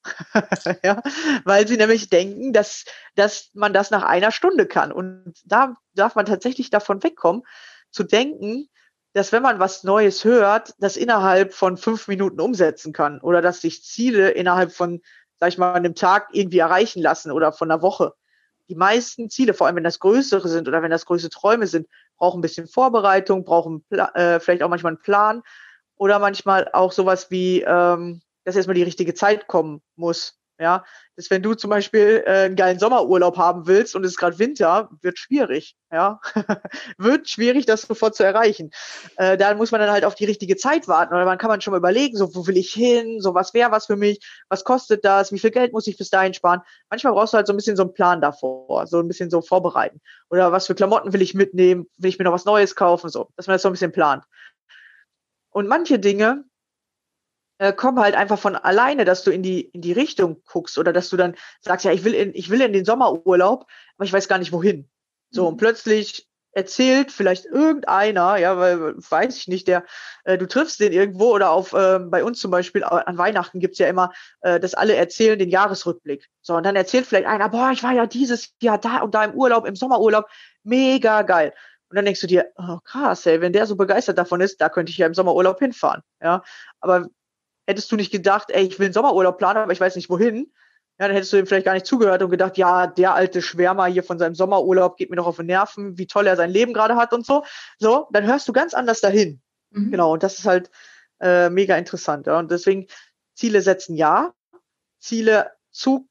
Ja, weil sie nämlich denken, dass man das nach einer Stunde kann. Und da darf man tatsächlich davon wegkommen, zu denken, dass wenn man was Neues hört, das innerhalb von 5 Minuten umsetzen kann oder dass sich Ziele innerhalb von, sag ich mal, einem Tag irgendwie erreichen lassen oder von einer Woche. Die meisten Ziele, vor allem wenn das größere sind oder wenn das größere Träume sind, brauchen ein bisschen Vorbereitung, brauchen vielleicht auch manchmal einen Plan oder manchmal auch sowas wie, dass erstmal die richtige Zeit kommen muss. Ja, dass wenn du zum Beispiel einen geilen Sommerurlaub haben willst und es ist gerade Winter, wird schwierig. Ja, wird schwierig, das sofort zu erreichen. Da muss man dann halt auf die richtige Zeit warten oder man kann man schon mal überlegen, so wo will ich hin, so was wäre was für mich, was kostet das, wie viel Geld muss ich bis dahin sparen. Manchmal brauchst du halt so ein bisschen so einen Plan davor, so ein bisschen so vorbereiten. Oder was für Klamotten will ich mitnehmen, will ich mir noch was Neues kaufen, so, dass man das so ein bisschen plant. Und manche Dinge kommen halt einfach von alleine, dass du in die Richtung guckst oder dass du dann sagst, ja, ich will in den Sommerurlaub, aber ich weiß gar nicht wohin. So, und plötzlich erzählt vielleicht irgendeiner, ja, weil, weiß ich nicht, du triffst den irgendwo oder bei uns zum Beispiel an Weihnachten gibt's ja immer, dass alle erzählen den Jahresrückblick. So, und dann erzählt vielleicht einer, boah, ich war ja dieses Jahr da und da im Urlaub, im Sommerurlaub, mega geil. Und dann denkst du dir, oh krass, ey, wenn der so begeistert davon ist, da könnte ich ja im Sommerurlaub hinfahren, ja. Aber hättest du nicht gedacht, ey, ich will einen Sommerurlaub planen, aber ich weiß nicht wohin, ja, dann hättest du ihm vielleicht gar nicht zugehört und gedacht, ja, der alte Schwärmer hier von seinem Sommerurlaub geht mir noch auf den Nerven, wie toll er sein Leben gerade hat und so. So, dann hörst du ganz anders dahin. Mhm. Genau, und das ist halt mega interessant. Ja. Und deswegen Ziele setzen, ja. Ziele zu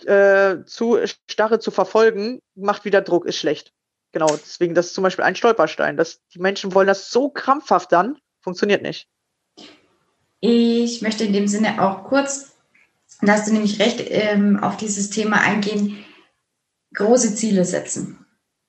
starre zu verfolgen, macht wieder Druck, ist schlecht. Genau, deswegen, das ist zum Beispiel ein Stolperstein. Die Menschen wollen das so krampfhaft dann, funktioniert nicht. Ich möchte in dem Sinne auch kurz, da hast du nämlich recht, auf dieses Thema eingehen, große Ziele setzen.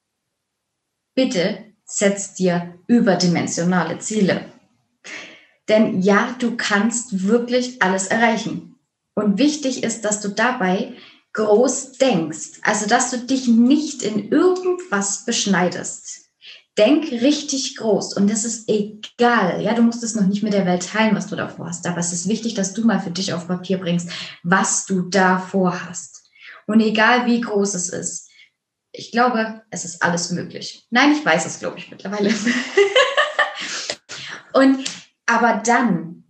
Bitte setz dir überdimensionale Ziele. Denn ja, du kannst wirklich alles erreichen. Und wichtig ist, dass du dabei groß denkst. Also, dass du dich nicht in irgendwas beschneidest. Denk richtig groß und es ist egal. Ja, du musst es noch nicht mit der Welt teilen, was du davor hast. Aber es ist wichtig, dass du mal für dich auf Papier bringst, was du davor hast. Und egal, wie groß es ist. Ich glaube, es ist alles möglich. Nein, ich weiß es, glaube ich, mittlerweile. Aber dann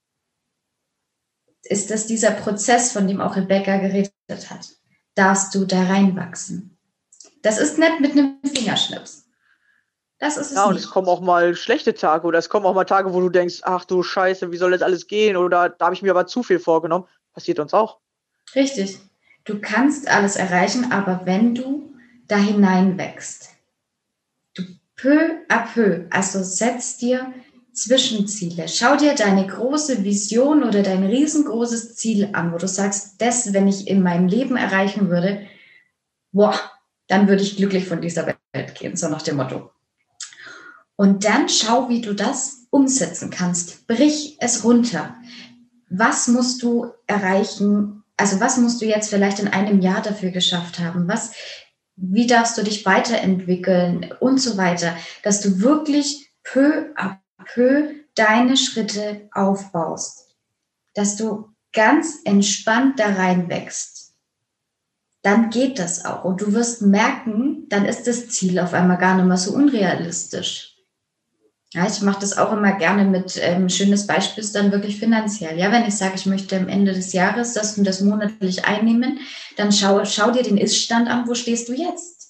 ist das dieser Prozess, von dem auch Rebecca geredet hat. Darfst du da reinwachsen. Das ist nicht mit einem Fingerschnips. Das ist es Ja, und nicht. es kommen auch mal schlechte Tage oder es kommen auch mal Tage, wo du denkst, ach du Scheiße, wie soll das alles gehen? Oder da habe ich mir aber zu viel vorgenommen. Passiert uns auch. Richtig. Du kannst alles erreichen, aber wenn du da hineinwächst, du peu à peu, also setz dir Zwischenziele. Schau dir deine große Vision oder dein riesengroßes Ziel an, wo du sagst, das, wenn ich in meinem Leben erreichen würde, boah, dann würde ich glücklich von dieser Welt gehen, so nach dem Motto. Und dann schau, wie du das umsetzen kannst. Brich es runter. Was musst du erreichen? Also was musst du jetzt vielleicht in einem Jahr dafür geschafft haben? Wie darfst du dich weiterentwickeln und so weiter? Dass du wirklich peu à peu deine Schritte aufbaust. Dass du ganz entspannt da reinwächst. Dann geht das auch. Und du wirst merken, dann ist das Ziel auf einmal gar nicht mehr so unrealistisch. Ja, ich mache das auch immer gerne mit, schönes Beispiel ist dann wirklich finanziell. Ja, wenn ich sage, ich möchte am Ende des Jahres das und das monatlich einnehmen, dann schau dir den Ist-Stand an, wo stehst du jetzt?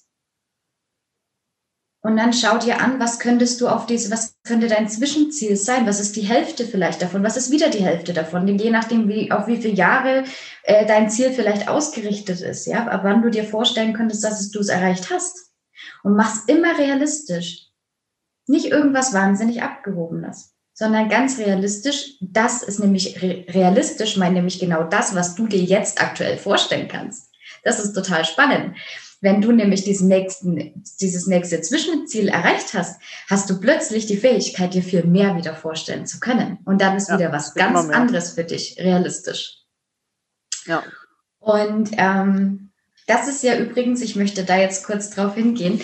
Und dann schau dir an, was könnte dein Zwischenziel sein? Was ist die Hälfte vielleicht davon? Was ist wieder die Hälfte davon? Je nachdem, auf wie viele Jahre dein Ziel vielleicht ausgerichtet ist, ja, ab wann du dir vorstellen könntest, dass du es erreicht hast. Und mach's immer realistisch. Nicht irgendwas wahnsinnig Abgehobenes, sondern ganz realistisch. Das ist nämlich realistisch, meint nämlich genau das, was du dir jetzt aktuell vorstellen kannst. Das ist total spannend. Wenn du nämlich dieses nächste Zwischenziel erreicht hast, hast du plötzlich die Fähigkeit, dir viel mehr wieder vorstellen zu können. Und dann ist wieder was ganz anderes für dich realistisch. Ja. Und das ist ja übrigens, ich möchte da jetzt kurz drauf hingehen,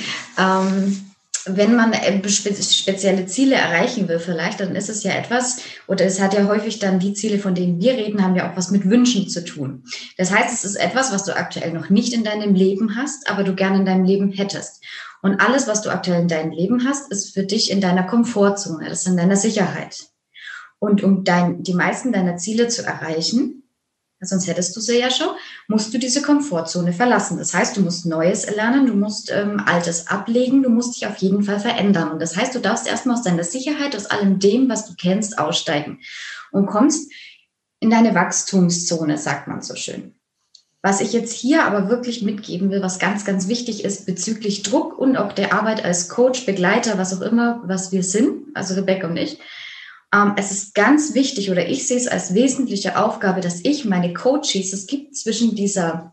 wenn man spezielle Ziele erreichen will vielleicht, dann ist es ja etwas, oder es hat ja häufig dann die Ziele, von denen wir reden, haben ja auch was mit Wünschen zu tun. Das heißt, es ist etwas, was du aktuell noch nicht in deinem Leben hast, aber du gerne in deinem Leben hättest. Und alles, was du aktuell in deinem Leben hast, ist für dich in deiner Komfortzone, das ist in deiner Sicherheit. Und um die meisten deiner Ziele zu erreichen, sonst hättest du sie ja schon, musst du diese Komfortzone verlassen. Das heißt, du musst Neues erlernen, du musst Altes ablegen, du musst dich auf jeden Fall verändern. Und das heißt, du darfst erstmal aus deiner Sicherheit, aus allem dem, was du kennst, aussteigen und kommst in deine Wachstumszone, sagt man so schön. Was ich jetzt hier aber wirklich mitgeben will, was ganz, ganz wichtig ist bezüglich Druck und auch der Arbeit als Coach, Begleiter, was auch immer, was wir sind, also Rebecca und ich, es ist ganz wichtig, oder ich sehe es als wesentliche Aufgabe, dass ich meine Coaches, es gibt in dieser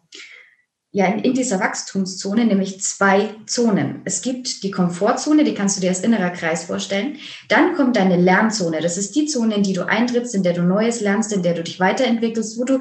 Wachstumszone nämlich 2 Zonen. Es gibt die Komfortzone, die kannst du dir als innerer Kreis vorstellen. Dann kommt deine Lernzone. Das ist die Zone, in die du eintrittst, in der du Neues lernst, in der du dich weiterentwickelst, wo du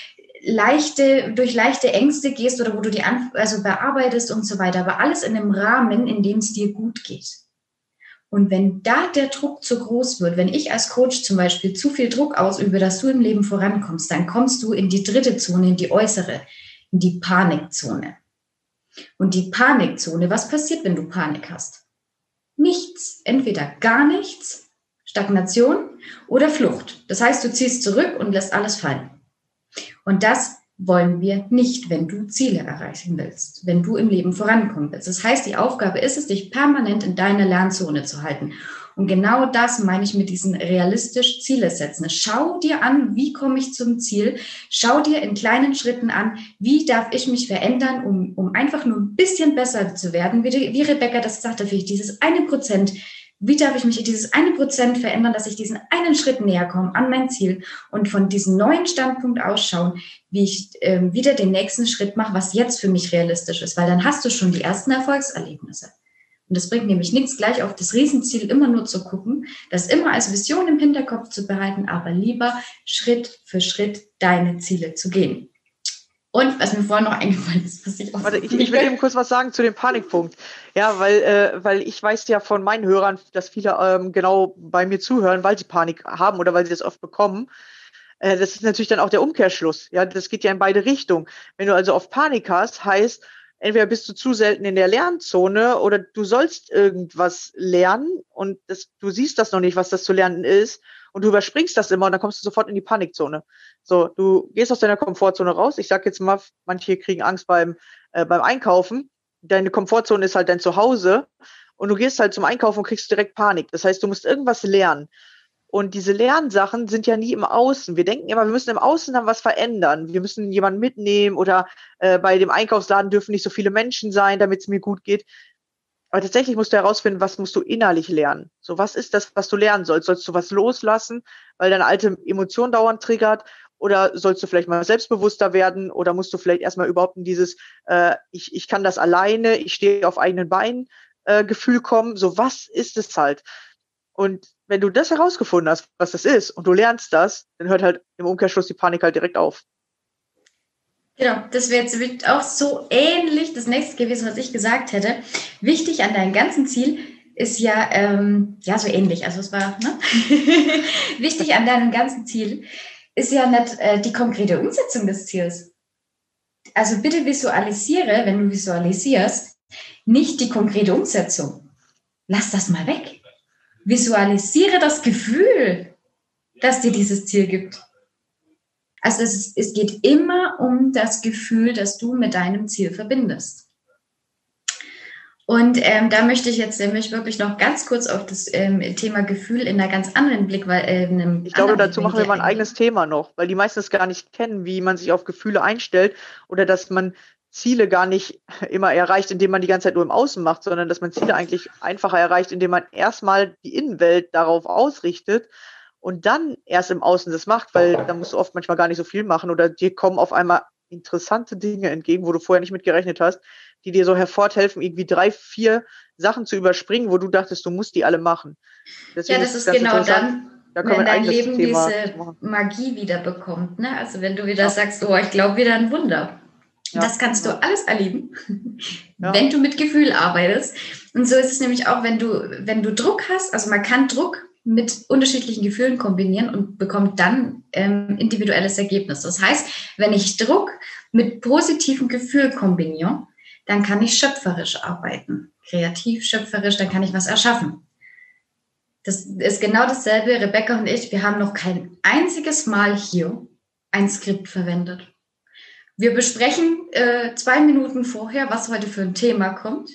durch leichte Ängste gehst oder wo du die bearbeitest und so weiter. Aber alles in einem Rahmen, in dem es dir gut geht. Und wenn da der Druck zu groß wird, wenn ich als Coach zum Beispiel zu viel Druck ausübe, dass du im Leben vorankommst, dann kommst du in die 3. Zone, in die äußere, in die Panikzone. Und die Panikzone, was passiert, wenn du Panik hast? Nichts, entweder gar nichts, Stagnation oder Flucht. Das heißt, du ziehst zurück und lässt alles fallen. Und das wollen wir nicht, wenn du Ziele erreichen willst, wenn du im Leben vorankommen willst. Das heißt, die Aufgabe ist es, dich permanent in deiner Lernzone zu halten. Und genau das meine ich mit diesen realistisch Ziele setzen. Schau dir an, wie komme ich zum Ziel? Schau dir in kleinen Schritten an, wie darf ich mich verändern, um einfach nur ein bisschen besser zu werden. Wie Rebecca das sagte, dieses 1%. Wie darf ich mich in dieses 1% verändern, dass ich diesen einen Schritt näher komme an mein Ziel und von diesem neuen Standpunkt ausschauen, wie ich wieder den nächsten Schritt mache, was jetzt für mich realistisch ist, weil dann hast du schon die ersten Erfolgserlebnisse. Und das bringt nämlich nichts, gleich auf das Riesenziel immer nur zu gucken, das immer als Vision im Hinterkopf zu behalten, aber lieber Schritt für Schritt deine Ziele zu gehen. Und was mir vorhin noch eingefallen ist, was ich auch... Warte, ich will eben kurz was sagen zu dem Panikpunkt. Ja, weil ich weiß ja von meinen Hörern, dass viele genau bei mir zuhören, weil sie Panik haben oder weil sie das oft bekommen. Das ist natürlich dann auch der Umkehrschluss. Ja, das geht ja in beide Richtungen. Wenn du also oft Panik hast, heißt, entweder bist du zu selten in der Lernzone oder du sollst irgendwas lernen und du siehst das noch nicht, was das zu lernen ist und du überspringst das immer und dann kommst du sofort in die Panikzone. So, du gehst aus deiner Komfortzone raus. Ich sag jetzt mal, manche kriegen Angst beim Einkaufen. Deine Komfortzone ist halt dein Zuhause und du gehst halt zum Einkaufen und kriegst direkt Panik. Das heißt, du musst irgendwas lernen. Und diese Lernsachen sind ja nie im Außen. Wir denken immer, wir müssen im Außen dann was verändern. Wir müssen jemanden mitnehmen oder bei dem Einkaufsladen dürfen nicht so viele Menschen sein, damit es mir gut geht. Aber tatsächlich musst du herausfinden, was musst du innerlich lernen. So, was ist das, was du lernen sollst? Sollst du was loslassen, weil deine alte Emotion dauernd triggert? Oder sollst du vielleicht mal selbstbewusster werden? Oder musst du vielleicht erstmal überhaupt in dieses ich kann das alleine, ich stehe auf eigenen Beinen Gefühl kommen? So, was ist es halt? Und wenn du das herausgefunden hast, was das ist, und du lernst das, dann hört halt im Umkehrschluss die Panik halt direkt auf. Genau, das wäre jetzt auch so ähnlich das nächste gewesen, was ich gesagt hätte. Wichtig an deinem ganzen Ziel ist ja so ähnlich, also es war, ne? Wichtig an deinem ganzen Ziel ist ja nicht die konkrete Umsetzung des Ziels. Also bitte visualisiere, wenn du visualisierst, nicht die konkrete Umsetzung. Lass das mal weg. Visualisiere das Gefühl, das dir dieses Ziel gibt. Also es geht immer um das Gefühl, das du mit deinem Ziel verbindest. Und da möchte ich jetzt nämlich wirklich noch ganz kurz auf das Thema Gefühl in einer ganz anderen Blickweise. Ich glaube, dazu machen wir mal ein eigenes Thema noch, weil die meisten es gar nicht kennen, wie man sich auf Gefühle einstellt oder dass man Ziele gar nicht immer erreicht, indem man die ganze Zeit nur im Außen macht, sondern dass man Ziele eigentlich einfacher erreicht, indem man erstmal die Innenwelt darauf ausrichtet und dann erst im Außen das macht, weil da musst du oft manchmal gar nicht so viel machen oder dir kommen auf einmal interessante Dinge entgegen, wo du vorher nicht mit gerechnet hast, die dir so hervorhelfen, irgendwie 3, 4 Sachen zu überspringen, wo du dachtest, du musst die alle machen. Deswegen das ist genau dann, wenn dein Leben Thema diese Magie wieder bekommt. Ne? Also wenn du wieder sagst, oh, ich glaube wieder ein Wunder. Ja. Das kannst du alles erleben, wenn du mit Gefühl arbeitest. Und so ist es nämlich auch, wenn du Druck hast, also man kann Druck mit unterschiedlichen Gefühlen kombinieren und bekommt dann individuelles Ergebnis. Das heißt, wenn ich Druck mit positivem Gefühl kombiniere, dann kann ich schöpferisch arbeiten, kreativ, schöpferisch, dann kann ich was erschaffen. Das ist genau dasselbe. Rebecca und ich, wir haben noch kein einziges Mal hier ein Skript verwendet. Wir besprechen 2 Minuten vorher, was heute für ein Thema kommt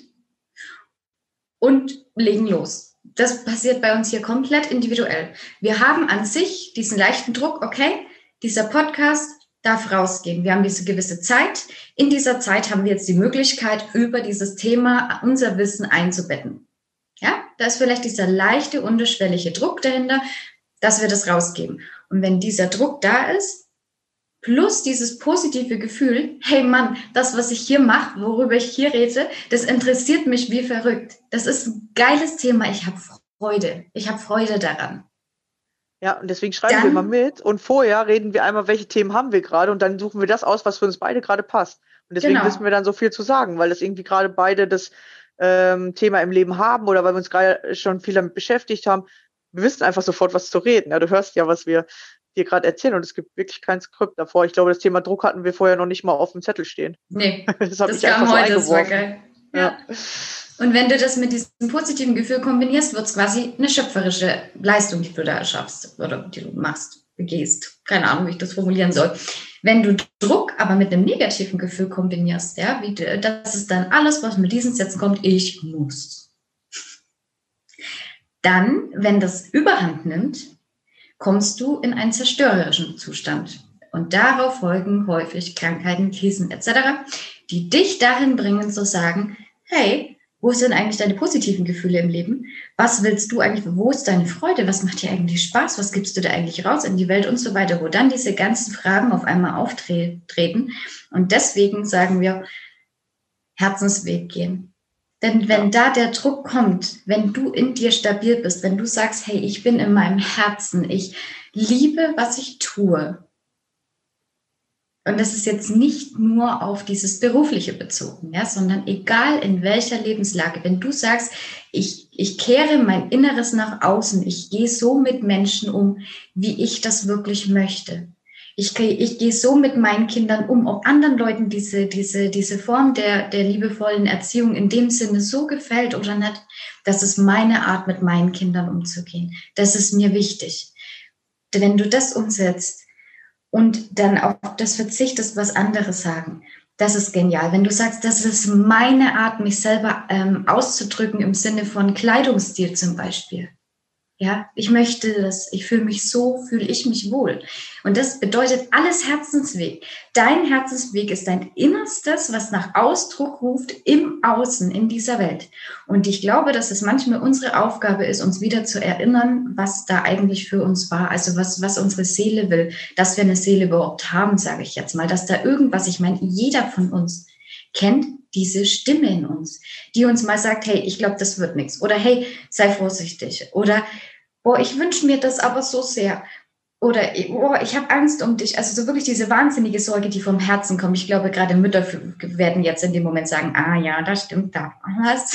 und legen los. Das passiert bei uns hier komplett individuell. Wir haben an sich diesen leichten Druck, okay, dieser Podcast darf rausgehen. Wir haben diese gewisse Zeit. In dieser Zeit haben wir jetzt die Möglichkeit, über dieses Thema unser Wissen einzubetten. Ja, da ist vielleicht dieser leichte, unterschwellige Druck dahinter, dass wir das rausgeben. Und wenn dieser Druck da ist, plus dieses positive Gefühl, hey Mann, das, was ich hier mache, worüber ich hier rede, das interessiert mich wie verrückt. Das ist ein geiles Thema. Ich habe Freude. Ich habe Freude daran. Ja, und deswegen schreiben wir immer mit und vorher reden wir einmal, welche Themen haben wir gerade und dann suchen wir das aus, was für uns beide gerade passt. Und deswegen wissen wir dann so viel zu sagen, weil das irgendwie gerade beide das Thema im Leben haben oder weil wir uns gerade schon viel damit beschäftigt haben. Wir wissen einfach sofort, was zu reden. Ja, du hörst ja, was wir dir gerade erzählen und es gibt wirklich kein Skript davor. Ich glaube, das Thema Druck hatten wir vorher noch nicht mal auf dem Zettel stehen. Nee, das kam heute, das war geil. Ja. Und wenn du das mit diesem positiven Gefühl kombinierst, wird es quasi eine schöpferische Leistung, die du da erschaffst oder die du machst, begehst. Keine Ahnung, wie ich das formulieren soll. Wenn du Druck aber mit einem negativen Gefühl kombinierst, ja, das ist dann alles, was mit diesen Sätzen kommt, ich muss. Dann, wenn das Überhand nimmt, kommst du in einen zerstörerischen Zustand. Und darauf folgen häufig Krankheiten, Krisen etc., die dich dahin bringen zu sagen, hey, wo sind eigentlich deine positiven Gefühle im Leben? Was willst du eigentlich, wo ist deine Freude? Was macht dir eigentlich Spaß? Was gibst du da eigentlich raus in die Welt und so weiter? Wo dann diese ganzen Fragen auf einmal auftreten. Und deswegen sagen wir, Herzensweg gehen. Denn wenn da der Druck kommt, wenn du in dir stabil bist, wenn du sagst, hey, ich bin in meinem Herzen, ich liebe, was ich tue, Und das ist jetzt nicht nur auf dieses Berufliche bezogen, ja, sondern egal in welcher Lebenslage, wenn du sagst, ich kehre mein Inneres nach außen, ich gehe so mit Menschen um, wie ich das wirklich möchte. Ich gehe so mit meinen Kindern um, ob anderen Leuten diese Form der liebevollen Erziehung in dem Sinne so gefällt oder nicht, das ist meine Art, mit meinen Kindern umzugehen. Das ist mir wichtig. Wenn du das umsetzt, und dann auf das verzichtest, was andere sagen. Das ist genial. Wenn du sagst, das ist meine Art, mich selber auszudrücken im Sinne von Kleidungsstil zum Beispiel. Ja, ich möchte das, ich fühle mich so, fühle ich mich wohl. Und das bedeutet alles Herzensweg. Dein Herzensweg ist dein Innerstes, was nach Ausdruck ruft im Außen, in dieser Welt. Und ich glaube, dass es manchmal unsere Aufgabe ist, uns wieder zu erinnern, was da eigentlich für uns war. Also was unsere Seele will, dass wir eine Seele überhaupt haben, sage ich jetzt mal. Dass da irgendwas, ich meine, jeder von uns kennt diese Stimme in uns, die uns mal sagt, hey, ich glaube, das wird nichts. Oder hey, sei vorsichtig. Oder boah, ich wünsche mir das aber so sehr. Oder boah, ich habe Angst um dich. Also so wirklich diese wahnsinnige Sorge, die vom Herzen kommt. Ich glaube, gerade Mütter werden jetzt in dem Moment sagen, ah ja, das stimmt da. Was?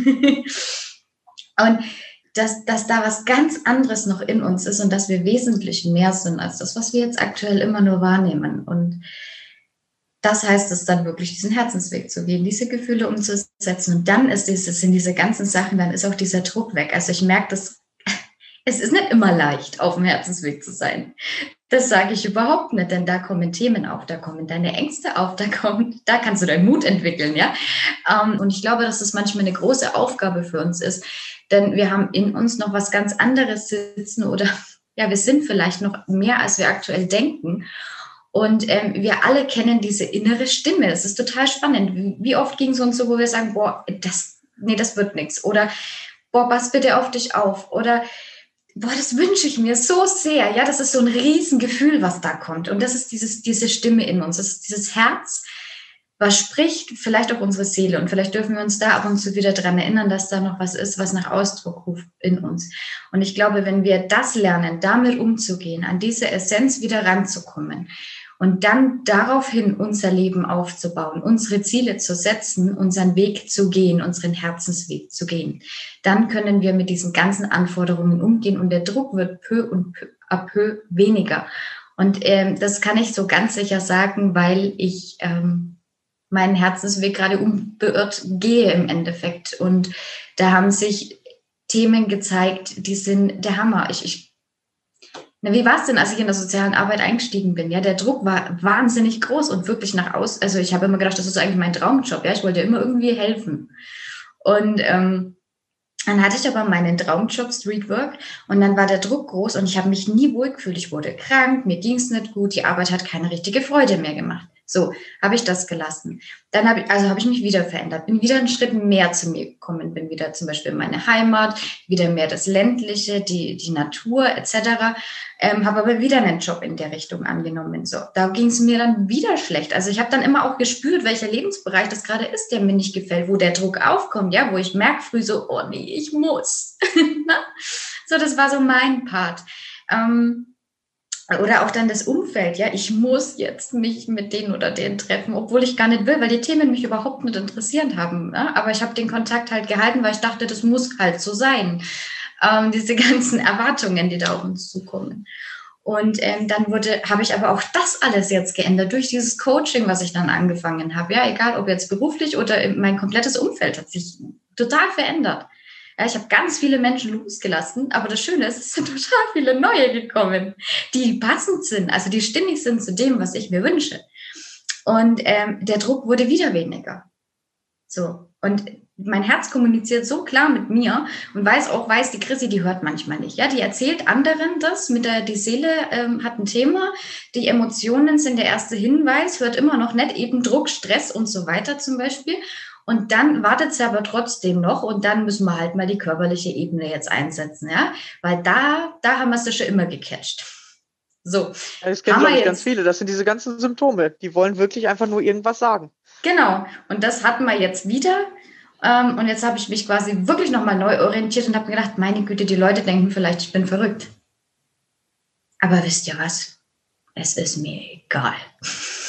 Und dass da was ganz anderes noch in uns ist und dass wir wesentlich mehr sind als das, was wir jetzt aktuell immer nur wahrnehmen. Und das heißt es dann wirklich, diesen Herzensweg zu gehen, diese Gefühle umzusetzen. Und dann sind diese ganzen Sachen, dann ist auch dieser Druck weg. Also ich merke das, es ist nicht immer leicht, auf dem Herzensweg zu sein. Das sage ich überhaupt nicht, denn da kommen Themen auf, da kommen deine Ängste auf, da kannst du deinen Mut entwickeln, ja. Und ich glaube, dass das manchmal eine große Aufgabe für uns ist, denn wir haben in uns noch was ganz anderes sitzen oder ja, wir sind vielleicht noch mehr, als wir aktuell denken. Und wir alle kennen diese innere Stimme. Es ist total spannend. Wie oft ging es uns so, wo wir sagen, boah, das wird nichts. Oder boah, pass bitte auf dich auf. Oder boah, das wünsche ich mir so sehr. Ja, das ist so ein Riesengefühl, was da kommt. Und das ist diese Stimme in uns. Das ist dieses Herz, was spricht, vielleicht auch unsere Seele. Und vielleicht dürfen wir uns da ab und zu wieder dran erinnern, dass da noch was ist, was nach Ausdruck ruft in uns. Und ich glaube, wenn wir das lernen, damit umzugehen, an diese Essenz wieder ranzukommen und dann daraufhin unser Leben aufzubauen, unsere Ziele zu setzen, unseren Weg zu gehen, unseren Herzensweg zu gehen, dann können wir mit diesen ganzen Anforderungen umgehen und der Druck wird peu à peu weniger. Und das kann ich so ganz sicher sagen, weil ich meinen Herzensweg gerade unbeirrt gehe im Endeffekt. Und da haben sich Themen gezeigt, die sind der Hammer. Wie war es denn, als ich in der sozialen Arbeit eingestiegen bin? Ja, der Druck war wahnsinnig groß und wirklich nach außen. Also ich habe immer gedacht, das ist eigentlich mein Traumjob. Ja, ich wollte immer irgendwie helfen. Und dann hatte ich aber meinen Traumjob Streetwork und dann war der Druck groß und ich habe mich nie wohl gefühlt. Ich wurde krank, mir ging es nicht gut, die Arbeit hat keine richtige Freude mehr gemacht. So, habe ich das gelassen. Dann habe ich mich wieder verändert, bin wieder einen Schritt mehr zu mir gekommen, bin wieder zum Beispiel in meine Heimat, wieder mehr das Ländliche, die Natur etc., habe aber wieder einen Job in der Richtung angenommen. So, da ging es mir dann wieder schlecht. Also ich habe dann immer auch gespürt, welcher Lebensbereich das gerade ist, der mir nicht gefällt, wo der Druck aufkommt, ja, wo ich merke früh so, oh nee, ich muss. So, das war so mein Part. Oder auch dann das Umfeld, ja, ich muss jetzt mich mit den oder den treffen, obwohl ich gar nicht will, weil die Themen mich überhaupt nicht interessiert haben. Ja? Aber ich habe den Kontakt halt gehalten, weil ich dachte, das muss halt so sein. Diese ganzen Erwartungen, die da auf uns zukommen. Und dann habe ich aber auch das alles jetzt geändert durch dieses Coaching, was ich dann angefangen habe. Ja, egal ob jetzt beruflich oder mein komplettes Umfeld hat sich total verändert. Ja, ich habe ganz viele Menschen losgelassen, aber das Schöne ist, es sind total viele neue gekommen, die passend sind, also die stimmig sind zu dem, was ich mir wünsche. Und der Druck wurde wieder weniger. So, und mein Herz kommuniziert so klar mit mir und weiß, die Chrissy, die hört manchmal nicht. Ja, die erzählt anderen das, die Seele hat ein Thema, die Emotionen sind der erste Hinweis, hört immer noch nicht, eben Druck, Stress und so weiter zum Beispiel. Und dann wartet sie aber trotzdem noch und dann müssen wir halt mal die körperliche Ebene jetzt einsetzen, ja, weil da haben wir es ja schon immer gecatcht. So. Ja, das kennen, glaube ich, ganz viele. Das sind diese ganzen Symptome. Die wollen wirklich einfach nur irgendwas sagen. Genau. Und das hatten wir jetzt wieder. Und jetzt habe ich mich quasi wirklich nochmal neu orientiert und habe mir gedacht, meine Güte, die Leute denken vielleicht, ich bin verrückt. Aber wisst ihr was? Es ist mir egal.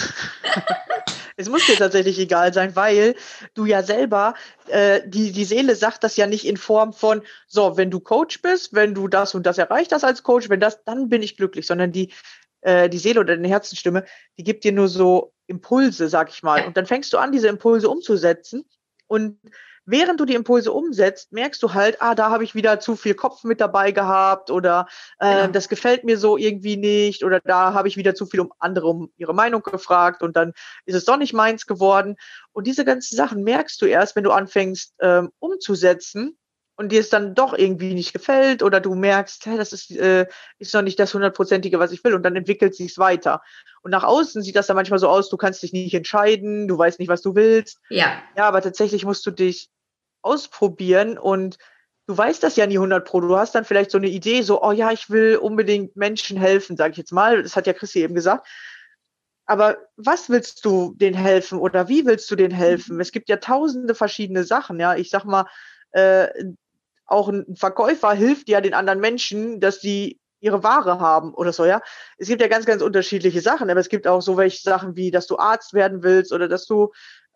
Es muss dir tatsächlich egal sein, weil du ja selber, die Seele sagt das ja nicht in Form von, so, wenn du Coach bist, wenn du das und das erreicht hast als Coach, dann bin ich glücklich, sondern die Seele oder deine Herzensstimme, die gibt dir nur so Impulse, sag ich mal. Ja. Und dann fängst du an, diese Impulse umzusetzen. Und während du die Impulse umsetzt, merkst du halt, da habe ich wieder zu viel Kopf mit dabei gehabt oder Genau. das gefällt mir so irgendwie nicht oder da habe ich wieder zu viel um andere um ihre Meinung gefragt und dann ist es doch nicht meins geworden. Und diese ganzen Sachen merkst du erst, wenn du anfängst umzusetzen und dir es dann doch irgendwie nicht gefällt oder du merkst, hey, das ist noch nicht das 100%ige, was ich will und dann entwickelt sich's weiter. Und nach außen sieht das dann manchmal so aus, du kannst dich nicht entscheiden, du weißt nicht, was du willst. Ja, Ja, aber tatsächlich musst du dich ausprobieren und du weißt das ja nie 100 Pro. Du hast dann vielleicht so eine Idee, so, oh ja, ich will unbedingt Menschen helfen, sage ich jetzt mal. Das hat ja Chrissy eben gesagt. Aber was willst du denen helfen oder wie willst du denen helfen? Es gibt ja tausende verschiedene Sachen, ja. Ich sag mal, äh, auch ein Verkäufer hilft ja den anderen Menschen, dass die ihre Ware haben oder so, ja. Es gibt ja ganz, ganz unterschiedliche Sachen, aber es gibt auch so welche Sachen wie, dass du Arzt werden willst oder dass du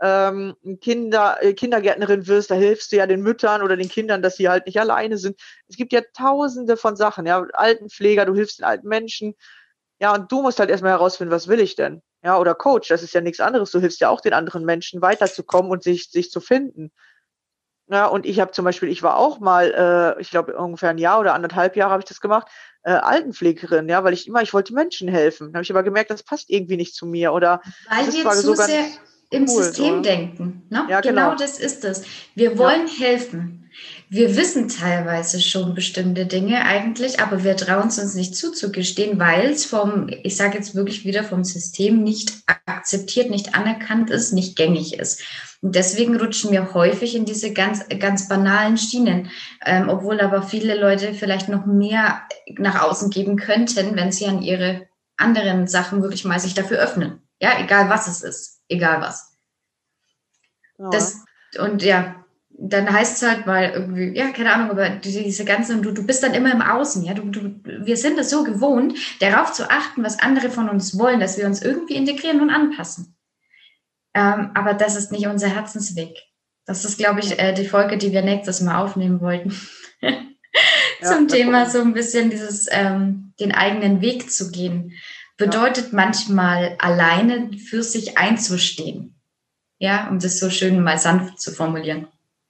Kindergärtnerin wirst, da hilfst du ja den Müttern oder den Kindern, dass sie halt nicht alleine sind. Es gibt ja tausende von Sachen, ja, Altenpfleger, du hilfst den alten Menschen, ja, und du musst halt erstmal herausfinden, was will ich denn? Ja, oder Coach, das ist ja nichts anderes, du hilfst ja auch den anderen Menschen weiterzukommen und sich zu finden. Ja, und ich habe zum Beispiel, ich war auch mal, ich glaube ungefähr ein Jahr oder 1,5 Jahre habe ich das gemacht, Altenpflegerin, ja, weil ich wollte Menschen helfen. Dann habe ich aber gemerkt, das passt irgendwie nicht zu mir oder weil es ist wir zwar zu so sehr ganz im cool, System so. denken. Ne? Ja, Genau genau. das ist es. Wir Ja. wollen helfen. Wir wissen teilweise schon bestimmte Dinge eigentlich, aber wir trauen es uns nicht zuzugestehen, weil es ich sage jetzt wirklich wieder, vom System nicht akzeptiert, nicht anerkannt ist, nicht gängig ist. Und deswegen rutschen wir häufig in diese ganz, ganz banalen Schienen, obwohl aber viele Leute vielleicht noch mehr nach außen geben könnten, wenn sie an ihre anderen Sachen wirklich mal sich dafür öffnen. Ja, egal was es ist, egal was. Ja. Und ja, dann heißt es halt mal irgendwie, ja, keine Ahnung, aber diese ganzen, du bist dann immer im Außen, ja, wir sind es so gewohnt, darauf zu achten, was andere von uns wollen, dass wir uns irgendwie integrieren und anpassen. Aber das ist nicht unser Herzensweg. Das ist, glaube ich, die Folge, die wir nächstes Mal aufnehmen wollten. Zum Thema so ein bisschen den eigenen Weg zu gehen. Bedeutet manchmal alleine für sich einzustehen. Ja, um das so schön mal sanft zu formulieren.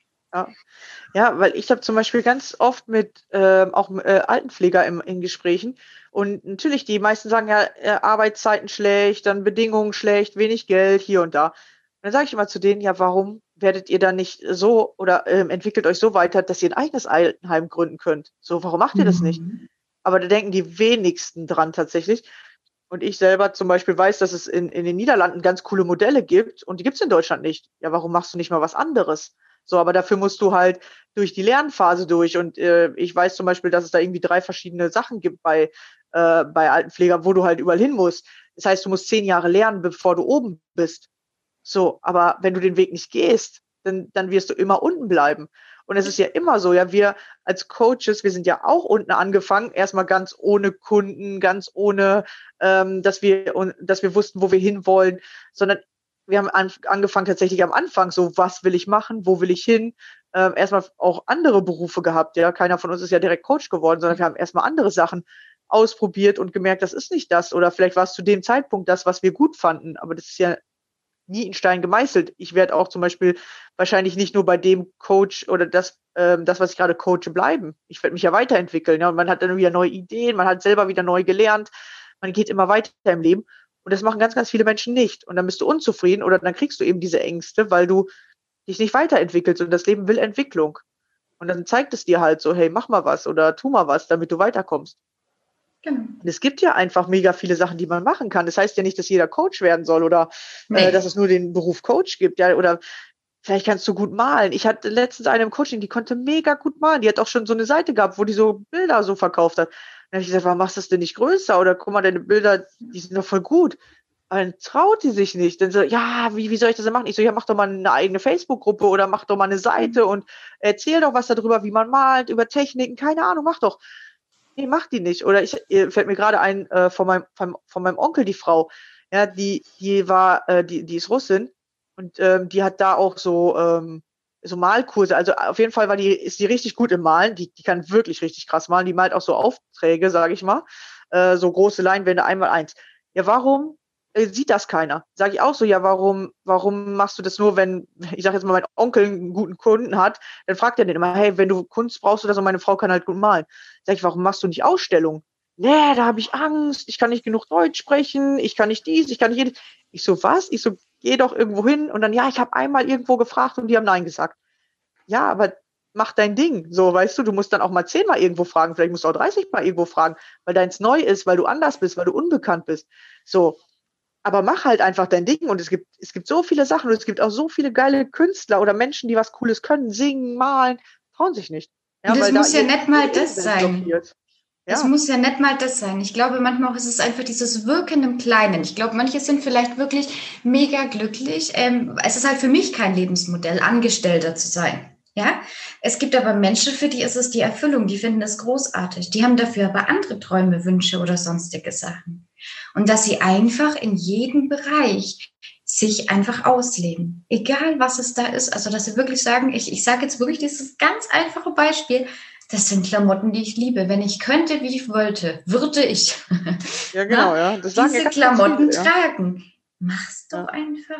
Ja, weil ich habe zum Beispiel ganz oft mit auch Altenpfleger in Gesprächen und natürlich die meisten sagen ja, Arbeitszeiten schlecht, dann Bedingungen schlecht, wenig Geld, hier und da. Und dann sage ich immer zu denen, ja, warum werdet ihr dann nicht so oder entwickelt euch so weiter, dass ihr ein eigenes Altenheim gründen könnt? So, warum macht ihr das nicht? Aber da denken die wenigsten dran tatsächlich. Und ich selber zum Beispiel weiß, dass es in den Niederlanden ganz coole Modelle gibt und die gibt es in Deutschland nicht. Ja, warum machst du nicht mal was anderes? So, aber dafür musst du halt durch die Lernphase durch. Und ich weiß zum Beispiel, dass es da irgendwie 3 verschiedene Sachen gibt bei Altenpflegern, wo du halt überall hin musst. Das heißt, du musst 10 Jahre lernen, bevor du oben bist. So, aber wenn du den Weg nicht gehst, dann wirst du immer unten bleiben. Und es ist ja immer so, ja, wir als Coaches, wir sind ja auch unten angefangen, erstmal ganz ohne Kunden, ganz ohne, dass wir wussten, wo wir hinwollen, sondern wir haben angefangen tatsächlich am Anfang, so was will ich machen, wo will ich hin, erstmal auch andere Berufe gehabt, ja, keiner von uns ist ja direkt Coach geworden, sondern wir haben erstmal andere Sachen ausprobiert und gemerkt, das ist nicht das oder vielleicht war es zu dem Zeitpunkt das, was wir gut fanden, aber das ist ja nie in Stein gemeißelt. Ich werde auch zum Beispiel wahrscheinlich nicht nur bei dem Coach oder das, was ich gerade coache, bleiben. Ich werde mich ja weiterentwickeln. Ja, und man hat dann wieder neue Ideen, man hat selber wieder neu gelernt, man geht immer weiter im Leben. Und das machen ganz, ganz viele Menschen nicht. Und dann bist du unzufrieden oder dann kriegst du eben diese Ängste, weil du dich nicht weiterentwickelst und das Leben will Entwicklung. Und dann zeigt es dir halt so, hey, mach mal was oder tu mal was, damit du weiterkommst. Genau. Und es gibt ja einfach mega viele Sachen, die man machen kann. Das heißt ja nicht, dass jeder Coach werden soll oder dass es nur den Beruf Coach gibt, ja, oder vielleicht kannst du gut malen. Ich hatte letztens eine im Coaching, die konnte mega gut malen. Die hat auch schon so eine Seite gehabt, wo die so Bilder so verkauft hat. Dann habe ich gesagt, warum machst du das denn nicht größer? Oder guck mal, deine Bilder, die sind doch voll gut. Aber dann traut die sich nicht. Dann so, ja, wie soll ich das denn machen? Ich so, ja, mach doch mal eine eigene Facebook-Gruppe oder mach doch mal eine Seite und erzähl doch was darüber, wie man malt, über Techniken, keine Ahnung, mach doch. Nee, macht die nicht. Oder fällt mir gerade ein von meinem Onkel, die Frau. Ja, die ist Russin und die hat da auch so Malkurse. Also auf jeden Fall ist die richtig gut im Malen. Die kann wirklich richtig krass malen. Die malt auch so Aufträge, sage ich mal. So große Leinwände, 1x1. Ja, warum sieht das keiner? Sage ich auch so, ja, warum machst du das nur, wenn, ich sage jetzt mal, mein Onkel einen guten Kunden hat, dann fragt er den immer, hey, wenn du Kunst brauchst oder so, meine Frau kann halt gut malen. Sag ich, warum machst du nicht Ausstellungen? Nee, da habe ich Angst, ich kann nicht genug Deutsch sprechen, ich kann nicht dies, ich kann nicht jedes. Ich so, was? Ich so, geh doch irgendwo hin und dann, ja, ich habe einmal irgendwo gefragt und die haben Nein gesagt. Ja, aber mach dein Ding. So, weißt du, du musst dann auch mal 10-mal irgendwo fragen, vielleicht musst du auch 30-mal irgendwo fragen, weil deins neu ist, weil du anders bist, weil du unbekannt bist. So, aber mach halt einfach dein Ding und es gibt so viele Sachen und es gibt auch so viele geile Künstler oder Menschen, die was Cooles können, singen, malen, trauen sich nicht. Ja, Und es weil muss da ja nicht mal das Umwelt sein. blockiert. Es Ja, muss ja nicht mal das sein. Ich glaube, manchmal auch ist es einfach dieses Wirken im Kleinen. Ich glaube, manche sind vielleicht wirklich mega glücklich. Es ist halt für mich kein Lebensmodell, Angestellter zu sein. Ja, es gibt aber Menschen, für die ist es die Erfüllung. Die finden es großartig. Die haben dafür aber andere Träume, Wünsche oder sonstige Sachen. Und dass sie einfach in jedem Bereich sich einfach ausleben. Egal, was es da ist. Also, dass sie wirklich sagen, ich sage jetzt wirklich dieses ganz einfache Beispiel. Das sind Klamotten, die ich liebe. Wenn ich könnte, wie ich wollte, würde ich ja, genau, ja. Das sagen ja diese ganz, ganz Klamotten viele, ja. tragen. Mach's doch Ja, einfach.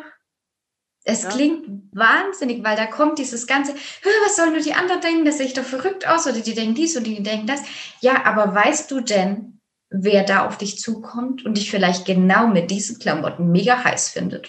Es ja. klingt wahnsinnig, weil da kommt dieses ganze, was sollen nur die anderen denken, das sehe ich doch verrückt aus oder die denken dies und die denken das. Ja, aber weißt du denn, wer da auf dich zukommt und dich vielleicht genau mit diesen Klamotten mega heiß findet?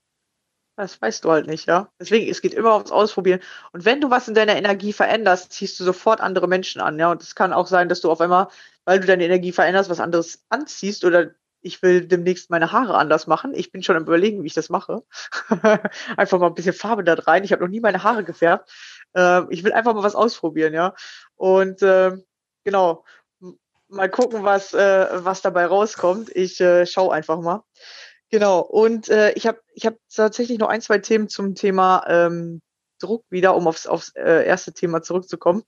Das weißt du halt nicht, ja. Deswegen, es geht immer ums Ausprobieren. Und wenn du was in deiner Energie veränderst, ziehst du sofort andere Menschen an, ja. Und es kann auch sein, dass du auf einmal, weil du deine Energie veränderst, was anderes anziehst oder ich will demnächst meine Haare anders machen. Ich bin schon am Überlegen, wie ich das mache. Einfach mal ein bisschen Farbe da rein. Ich habe noch nie meine Haare gefärbt. Ich will einfach mal was ausprobieren, ja. Und genau, mal gucken, was dabei rauskommt. Ich schaue einfach mal. Genau, und ich hab tatsächlich noch ein, zwei Themen zum Thema Druck wieder, um aufs erste Thema zurückzukommen.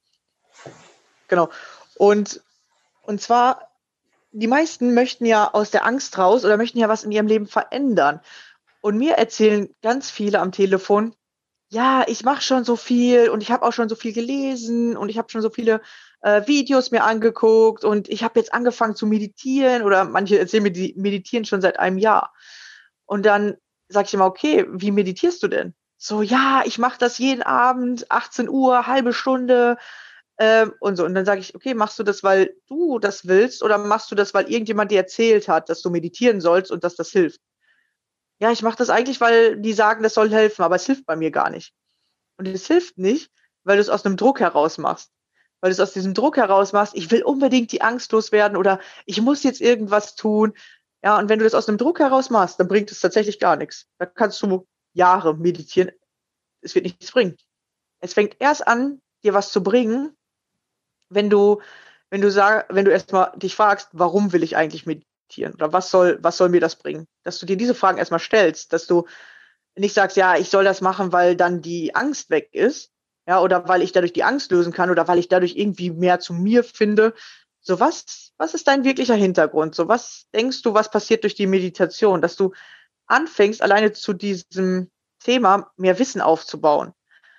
Genau. Und, und zwar, die meisten möchten ja aus der Angst raus oder möchten ja was in ihrem Leben verändern. Und mir erzählen ganz viele am Telefon, ja, ich mache schon so viel und ich habe auch schon so viel gelesen und ich habe schon so viele Videos mir angeguckt und ich habe jetzt angefangen zu meditieren oder manche erzählen mir, die meditieren schon seit einem Jahr. Und dann sage ich immer, okay, wie meditierst du denn? So, ja, ich mache das jeden Abend, 18 Uhr, halbe Stunde und so. Und dann sage ich, okay, machst du das, weil du das willst oder machst du das, weil irgendjemand dir erzählt hat, dass du meditieren sollst und dass das hilft? Ja, ich mache das eigentlich, weil die sagen, das soll helfen, aber es hilft bei mir gar nicht. Und es hilft nicht, weil du es aus einem Druck heraus machst. Weil du es aus diesem Druck heraus machst, ich will unbedingt die Angst loswerden oder ich muss jetzt irgendwas tun. Ja, und wenn du das aus einem Druck heraus machst, dann bringt es tatsächlich gar nichts. Da kannst du Jahre meditieren. Es wird nichts bringen. Es fängt erst an, dir was zu bringen, wenn du, wenn du erstmal dich fragst, warum will ich eigentlich meditieren? Oder was soll mir das bringen? Dass du dir diese Fragen erstmal stellst, dass du nicht sagst, ja, ich soll das machen, weil dann die Angst weg ist, ja, oder weil ich dadurch die Angst lösen kann oder weil ich dadurch irgendwie mehr zu mir finde. So, was ist dein wirklicher Hintergrund? So, was denkst du, was passiert durch die Meditation, dass du anfängst, alleine zu diesem Thema mehr Wissen aufzubauen?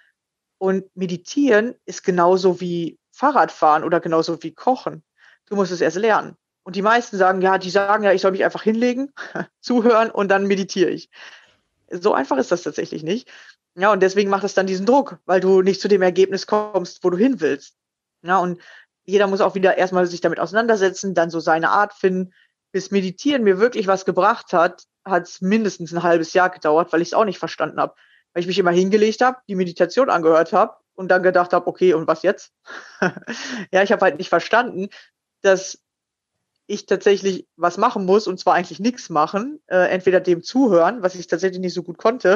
Und meditieren ist genauso wie Fahrradfahren oder genauso wie Kochen. Du musst es erst lernen. Und die meisten sagen, ja, ich soll mich einfach hinlegen, zuhören und dann meditiere ich. So einfach ist das tatsächlich nicht. Ja, und deswegen macht es dann diesen Druck, weil du nicht zu dem Ergebnis kommst, wo du hin willst. Ja, und jeder muss auch wieder erstmal sich damit auseinandersetzen, dann so seine Art finden. Bis Meditieren mir wirklich was gebracht hat, hat es mindestens ein halbes Jahr gedauert, weil ich es auch nicht verstanden habe. Weil ich mich immer hingelegt habe, die Meditation angehört habe und dann gedacht habe, okay, und was jetzt? Ja, ich habe halt nicht verstanden, dass ich tatsächlich was machen muss und zwar eigentlich nichts machen, entweder dem zuhören, was ich tatsächlich nicht so gut konnte,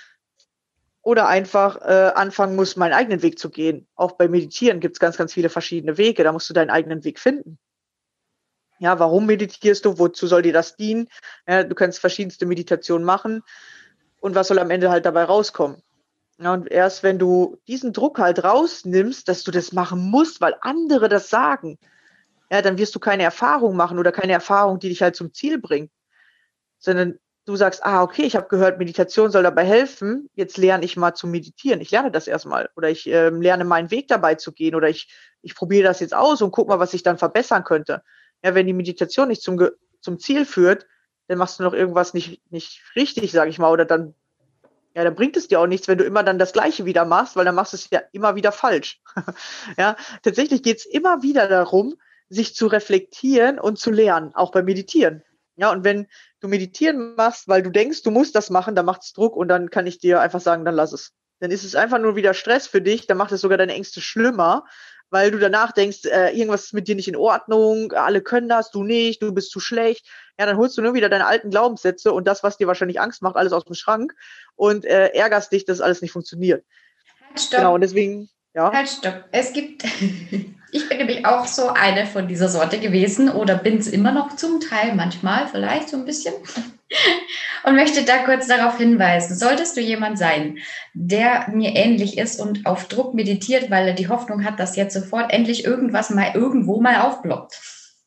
oder einfach anfangen muss, meinen eigenen Weg zu gehen. Auch bei Meditieren gibt es ganz, ganz viele verschiedene Wege, da musst du deinen eigenen Weg finden. Ja, warum meditierst du? Wozu soll dir das dienen? Ja, du kannst verschiedenste Meditationen machen und was soll am Ende halt dabei rauskommen? Ja, und erst wenn du diesen Druck halt rausnimmst, dass du das machen musst, weil andere das sagen, ja, dann wirst du keine Erfahrung machen oder keine Erfahrung, die dich halt zum Ziel bringt. sondern du sagst, okay, ich habe gehört, Meditation soll dabei helfen, jetzt lerne ich mal zu meditieren. Ich lerne das erstmal oder ich lerne meinen Weg dabei zu gehen oder ich probiere das jetzt aus und guck mal, was ich dann verbessern könnte. Ja, wenn die Meditation nicht zum Ziel führt, dann machst du noch irgendwas nicht richtig, sage ich mal, oder dann bringt es dir auch nichts, wenn du immer dann das Gleiche wieder machst, weil dann machst du es ja immer wieder falsch. Ja, tatsächlich geht's immer wieder darum, sich zu reflektieren und zu lernen, auch beim Meditieren. Ja, und wenn du meditieren machst, weil du denkst, du musst das machen, dann macht's Druck und dann kann ich dir einfach sagen, dann lass es. Dann ist es einfach nur wieder Stress für dich, dann macht es sogar deine Ängste schlimmer, weil du danach denkst, irgendwas ist mit dir nicht in Ordnung, alle können das, du nicht, du bist zu schlecht. Ja, dann holst du nur wieder deine alten Glaubenssätze und das, was dir wahrscheinlich Angst macht, alles aus dem Schrank und ärgerst dich, dass alles nicht funktioniert. Halt, stopp. Genau, und deswegen, ja. Halt, stopp. Es gibt, ich bin nämlich auch so eine von dieser Sorte gewesen oder bin es immer noch zum Teil, manchmal vielleicht so ein bisschen. Und möchte da kurz darauf hinweisen, solltest du jemand sein, der mir ähnlich ist und auf Druck meditiert, weil er die Hoffnung hat, dass jetzt sofort endlich irgendwas mal irgendwo mal aufploppt,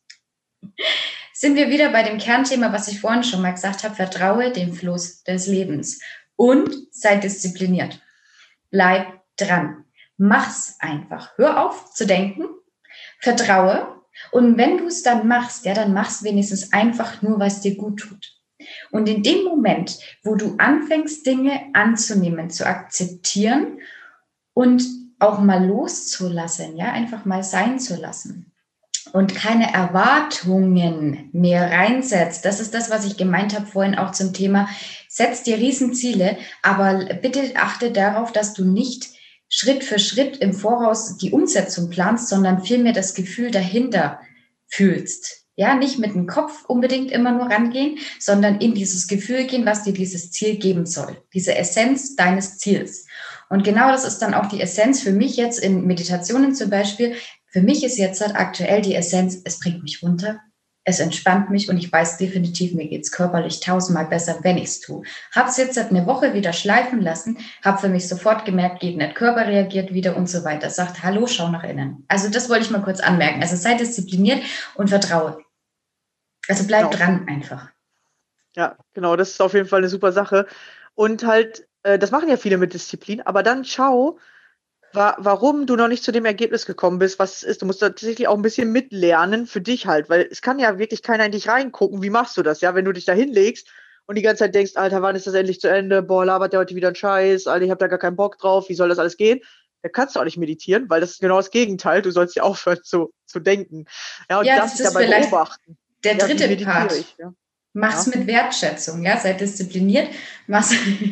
sind wir wieder bei dem Kernthema, was ich vorhin schon mal gesagt habe, vertraue dem Fluss des Lebens und sei diszipliniert. Bleib dran. Mach's einfach. Hör auf zu denken, vertraue und wenn du es dann machst, ja, dann mach's wenigstens einfach nur, was dir gut tut. Und in dem Moment, wo du anfängst, Dinge anzunehmen, zu akzeptieren und auch mal loszulassen, ja, einfach mal sein zu lassen und keine Erwartungen mehr reinsetzt, das ist das, was ich gemeint habe vorhin auch zum Thema, setz dir Riesenziele, aber bitte achte darauf, dass du nicht Schritt für Schritt im Voraus die Umsetzung planst, sondern vielmehr das Gefühl dahinter fühlst. Ja, nicht mit dem Kopf unbedingt immer nur rangehen, sondern in dieses Gefühl gehen, was dir dieses Ziel geben soll. Diese Essenz deines Ziels. Und genau das ist dann auch die Essenz für mich jetzt in Meditationen zum Beispiel. Für mich ist jetzt halt aktuell die Essenz, es bringt mich runter, es entspannt mich und ich weiß definitiv, mir geht's körperlich 1000-mal besser, wenn ich's tue. Hab's jetzt seit einer Woche wieder schleifen lassen, hab für mich sofort gemerkt, geht nicht, Körper reagiert wieder und so weiter. Sagt, hallo, schau nach innen. Also das wollte ich mal kurz anmerken. Also sei diszipliniert und vertraue. Also bleib dran einfach. Ja, genau, das ist auf jeden Fall eine super Sache. Und halt, das machen ja viele mit Disziplin, aber dann schau, warum du noch nicht zu dem Ergebnis gekommen bist, was es ist. Du musst tatsächlich auch ein bisschen mitlernen für dich halt, weil es kann ja wirklich keiner in dich reingucken. Wie machst du das, ja? Wenn du dich da hinlegst und die ganze Zeit denkst, Alter, wann ist das endlich zu Ende? Boah, labert der heute wieder einen Scheiß? Alter, ich habe da gar keinen Bock drauf. Wie soll das alles gehen? Da kannst du auch nicht meditieren, weil das ist genau das Gegenteil. Du sollst ja aufhören zu denken. Ja, und ja, das dabei beobachten. Der dritte Part. Ja. Mach's mit Wertschätzung, ja, sei diszipliniert, mach's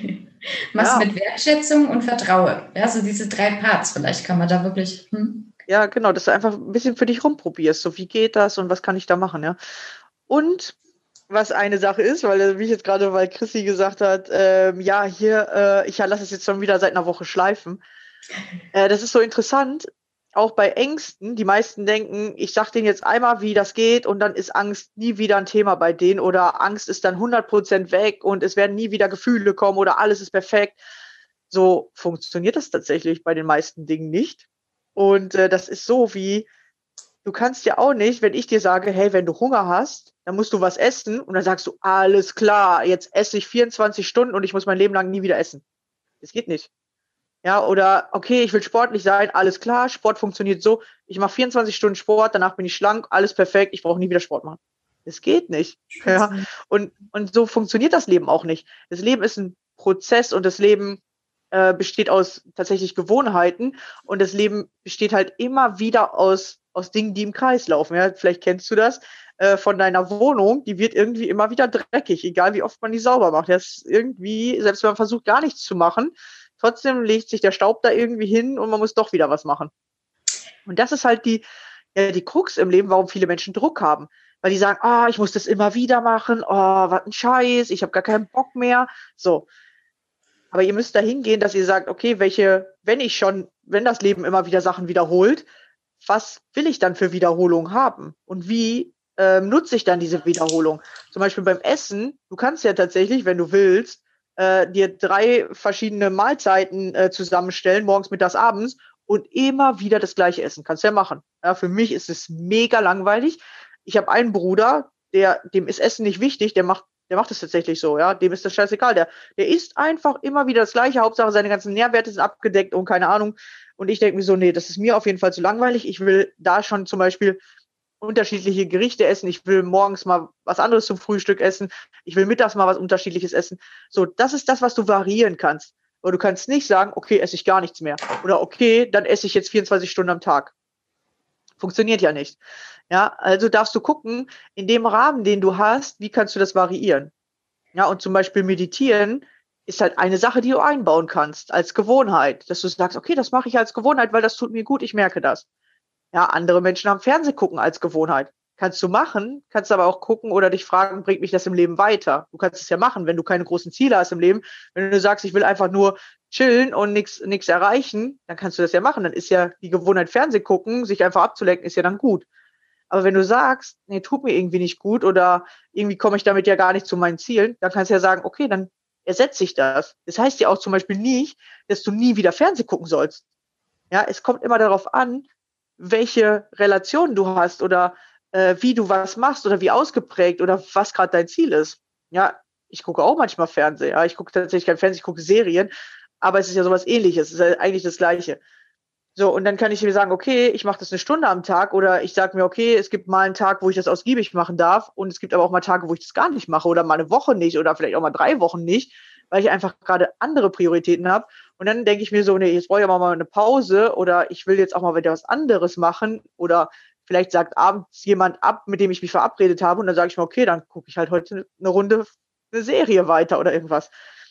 mit Wertschätzung und Vertraue. Ja, so diese 3 Parts, vielleicht kann man da wirklich. Ja, genau, dass du einfach ein bisschen für dich rumprobierst. So, wie geht das und was kann ich da machen, ja? Und was eine Sache ist, weil, wie ich jetzt gerade, weil Chrissy gesagt hat, ich lasse es jetzt schon wieder seit einer Woche schleifen. Das ist so interessant. Auch bei Ängsten, die meisten denken, ich sag denen jetzt einmal, wie das geht und dann ist Angst nie wieder ein Thema bei denen oder Angst ist dann 100% weg und es werden nie wieder Gefühle kommen oder alles ist perfekt. So funktioniert das tatsächlich bei den meisten Dingen nicht. Und das ist so wie, du kannst ja auch nicht, wenn ich dir sage, hey, wenn du Hunger hast, dann musst du was essen und dann sagst du, alles klar, jetzt esse ich 24 Stunden und ich muss mein Leben lang nie wieder essen. Das geht nicht. Ja, oder okay, ich will sportlich sein, alles klar, Sport funktioniert so, ich mache 24 Stunden Sport, danach bin ich schlank, alles perfekt, ich brauche nie wieder Sport machen. Das geht nicht. Ja, und so funktioniert das Leben auch nicht. Das Leben ist ein Prozess und das Leben besteht aus tatsächlich Gewohnheiten und das Leben besteht halt immer wieder aus Dingen, die im Kreis laufen. Ja, vielleicht kennst du das von deiner Wohnung, die wird irgendwie immer wieder dreckig, egal wie oft man die sauber macht. Das ist irgendwie, selbst wenn man versucht, gar nichts zu machen, trotzdem legt sich der Staub da irgendwie hin und man muss doch wieder was machen. Und das ist halt die Krux im Leben, warum viele Menschen Druck haben. Weil die sagen, ich muss das immer wieder machen, was ein Scheiß, ich habe gar keinen Bock mehr. So. Aber ihr müsst da hingehen, dass ihr sagt, okay, wenn das Leben immer wieder Sachen wiederholt, was will ich dann für Wiederholung haben? Und wie nutze ich dann diese Wiederholung? Zum Beispiel beim Essen, du kannst ja tatsächlich, wenn du willst, dir 3 verschiedene Mahlzeiten zusammenstellen, morgens, mittags, abends und immer wieder das gleiche essen. Kannst du ja machen. Ja, für mich ist es mega langweilig. Ich habe einen Bruder, dem ist Essen nicht wichtig, der macht Der macht es tatsächlich so, ja. Dem ist das scheißegal. Der isst einfach immer wieder das Gleiche. Hauptsache seine ganzen Nährwerte sind abgedeckt und keine Ahnung. Und ich denke mir so, nee, das ist mir auf jeden Fall zu langweilig. Ich will da schon zum Beispiel unterschiedliche Gerichte essen. Ich will morgens mal was anderes zum Frühstück essen. Ich will mittags mal was Unterschiedliches essen. So, das ist das, was du variieren kannst. Aber du kannst nicht sagen, okay, esse ich gar nichts mehr. Oder okay, dann esse ich jetzt 24 Stunden am Tag. Funktioniert ja nicht. Ja, also darfst du gucken, in dem Rahmen, den du hast, wie kannst du das variieren? Ja, und zum Beispiel meditieren ist halt eine Sache, die du einbauen kannst als Gewohnheit, dass du sagst, okay, das mache ich als Gewohnheit, weil das tut mir gut, ich merke das. Ja, andere Menschen haben Fernsehgucken als Gewohnheit. Kannst du machen, kannst aber auch gucken oder dich fragen, bringt mich das im Leben weiter? Du kannst es ja machen, wenn du keine großen Ziele hast im Leben. Wenn du sagst, ich will einfach nur chillen und nichts erreichen, dann kannst du das ja machen. Dann ist ja die Gewohnheit Fernsehgucken, sich einfach abzulenken, ist ja dann gut. Aber wenn du sagst, nee, tut mir irgendwie nicht gut oder irgendwie komme ich damit ja gar nicht zu meinen Zielen, dann kannst du ja sagen, okay, dann ersetze ich das. Das heißt ja auch zum Beispiel nicht, dass du nie wieder Fernsehen gucken sollst. Ja, es kommt immer darauf an, welche Relation du hast oder wie du was machst oder wie ausgeprägt oder was gerade dein Ziel ist. Ja, ich gucke auch manchmal Fernsehen. Ja, ich gucke tatsächlich kein Fernsehen, ich gucke Serien, aber es ist ja sowas Ähnliches. Es ist ja eigentlich das Gleiche. So, und dann kann ich mir sagen, okay, ich mache das 1 Stunde am Tag oder ich sage mir, okay, es gibt mal einen Tag, wo ich das ausgiebig machen darf und es gibt aber auch mal Tage, wo ich das gar nicht mache oder mal eine Woche nicht oder vielleicht auch mal 3 Wochen nicht, weil ich einfach gerade andere Prioritäten habe. Und dann denke ich mir so, nee, jetzt brauche ich aber mal eine Pause oder ich will jetzt auch mal wieder was anderes machen oder vielleicht sagt abends jemand ab, mit dem ich mich verabredet habe und dann sage ich mir, okay, dann gucke ich halt heute eine Runde eine Serie weiter oder irgendwas.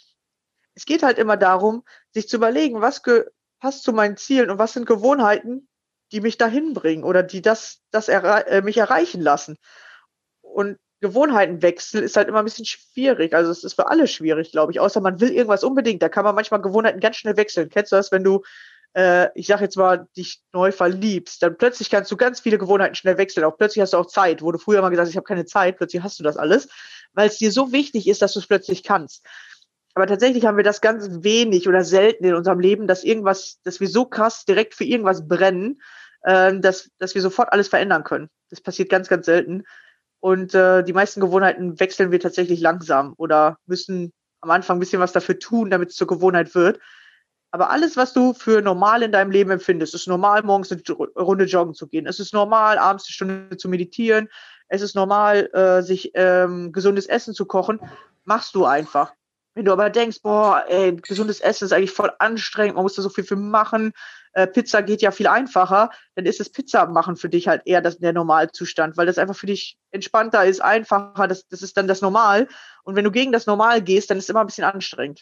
Es geht halt immer darum, sich zu überlegen, was passt zu meinen Zielen und was sind Gewohnheiten, die mich dahin bringen oder die mich erreichen lassen. Und Gewohnheitenwechsel ist halt immer ein bisschen schwierig. Also es ist für alle schwierig, glaube ich, außer man will irgendwas unbedingt. Da kann man manchmal Gewohnheiten ganz schnell wechseln. Kennst du das, wenn du, ich sag jetzt mal, dich neu verliebst, dann plötzlich kannst du ganz viele Gewohnheiten schnell wechseln. Auch plötzlich hast du auch Zeit, wo du früher mal gesagt hast, ich habe keine Zeit, plötzlich hast du das alles, weil es dir so wichtig ist, dass du es plötzlich kannst. Aber tatsächlich haben wir das ganz wenig oder selten in unserem Leben, dass wir so krass direkt für irgendwas brennen, dass wir sofort alles verändern können. Das passiert ganz, ganz selten. Und die meisten Gewohnheiten wechseln wir tatsächlich langsam oder müssen am Anfang ein bisschen was dafür tun, damit es zur Gewohnheit wird. Aber alles, was du für normal in deinem Leben empfindest, ist normal, morgens eine Runde joggen zu gehen. Es ist normal, abends 1 Stunde zu meditieren. Es ist normal, sich gesundes Essen zu kochen. Machst du einfach. Wenn du aber denkst, boah, ey, gesundes Essen ist eigentlich voll anstrengend, man muss da so viel für machen, Pizza geht ja viel einfacher, dann ist das Pizza machen für dich halt eher der Normalzustand, weil das einfach für dich entspannter ist, einfacher, das ist dann das Normal. Und wenn du gegen das Normal gehst, dann ist es immer ein bisschen anstrengend.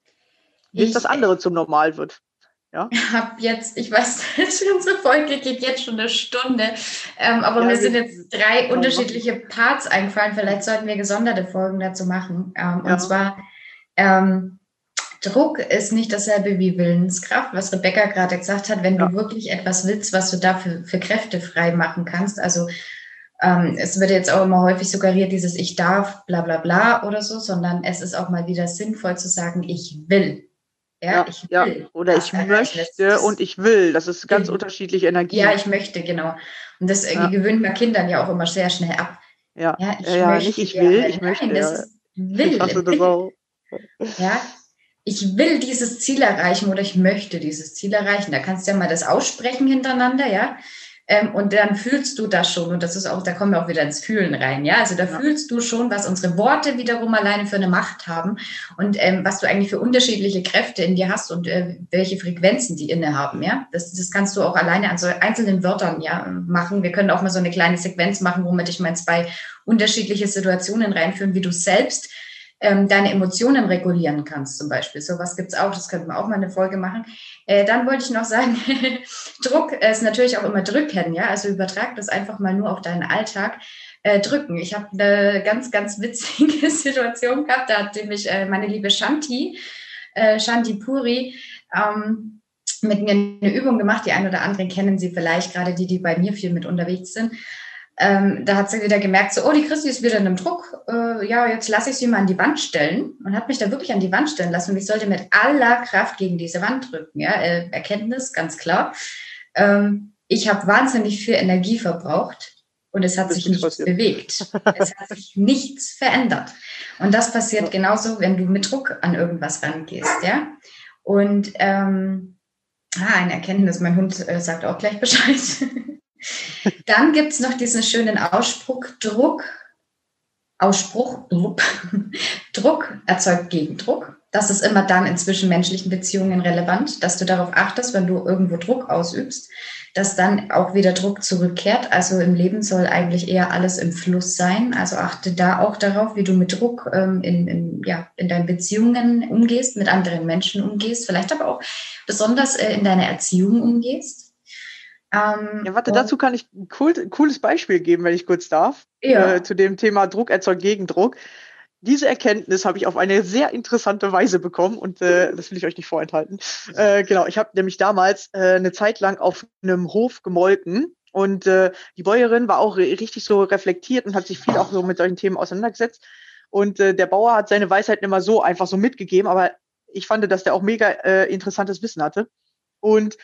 Bis das andere zum Normal wird. Ja? Ich weiß, unsere Folge geht jetzt schon 1 Stunde, aber Ja, mir sind jetzt 3 unterschiedliche Parts eingefallen, vielleicht sollten wir gesonderte Folgen dazu machen. Und zwar Druck ist nicht dasselbe wie Willenskraft, was Rebecca gerade gesagt hat, wenn du wirklich etwas willst, was du dafür für Kräfte frei machen kannst. Also es wird jetzt auch immer häufig suggeriert, dieses Ich darf, bla bla bla oder so, sondern es ist auch mal wieder sinnvoll zu sagen, ich will. Ich will. Oder ich möchte und ich will. Das ist ganz unterschiedliche Energie. Ja, ich möchte, genau. Und das gewöhnt man Kindern ja auch immer sehr schnell ab. Ich will, ich möchte. Nein, das ist will. Ich hasse das auch. Ja, ich will dieses Ziel erreichen oder ich möchte dieses Ziel erreichen. Da kannst du ja mal das aussprechen hintereinander, ja. Und dann fühlst du das schon. Und das ist auch, da kommen wir auch wieder ins Fühlen rein, ja. Also da fühlst du schon, was unsere Worte wiederum alleine für eine Macht haben und was du eigentlich für unterschiedliche Kräfte in dir hast und welche Frequenzen die innehaben, ja. Das kannst du auch alleine an so einzelnen Wörtern machen. Wir können auch mal so eine kleine Sequenz machen, wo wir dich mal in 2 unterschiedliche Situationen reinführen, wie du selbst deine Emotionen regulieren kannst zum Beispiel. Sowas gibt's auch, das könnten wir auch mal eine Folge machen. Dann wollte ich noch sagen, Druck ist natürlich auch immer drücken, ja, also übertrag das einfach mal nur auf deinen Alltag. Drücken. Ich habe eine ganz, ganz witzige Situation gehabt, da hat nämlich meine liebe Shanti Puri, mit mir eine Übung gemacht. Die einen oder anderen kennen sie vielleicht, gerade die bei mir viel mit unterwegs sind. Da hat sie wieder gemerkt, so, oh, die Christi ist wieder in einem Druck. Jetzt lasse ich sie mal an die Wand stellen und hat mich da wirklich an die Wand stellen lassen und ich sollte mit aller Kraft gegen diese Wand drücken. Ja, Erkenntnis, ganz klar. Ich habe wahnsinnig viel Energie verbraucht und es hat Das sich ist nichts passiert. bewegt. Es hat sich nichts verändert. Und das passiert genauso, wenn du mit Druck an irgendwas rangehst, ja. Und eine Erkenntnis, mein Hund sagt auch gleich Bescheid. Dann gibt es noch diesen schönen Ausspruch, Druck erzeugt Gegendruck. Das ist immer dann in zwischenmenschlichen Beziehungen relevant, dass du darauf achtest, wenn du irgendwo Druck ausübst, dass dann auch wieder Druck zurückkehrt. Also im Leben soll eigentlich eher alles im Fluss sein. Also achte da auch darauf, wie du mit Druck in deinen Beziehungen umgehst, mit anderen Menschen umgehst, vielleicht aber auch besonders in deiner Erziehung umgehst. Dazu kann ich ein cooles Beispiel geben, wenn ich kurz darf, zu dem Thema Druck erzeugt Gegendruck. Diese Erkenntnis habe ich auf eine sehr interessante Weise bekommen und das will ich euch nicht vorenthalten. Genau, ich habe nämlich damals eine Zeit lang auf einem Hof gemolken und die Bäuerin war auch richtig so reflektiert und hat sich viel auch so mit solchen Themen auseinandergesetzt. Und der Bauer hat seine Weisheiten immer so einfach so mitgegeben, aber ich fand, dass der auch mega interessantes Wissen hatte. Und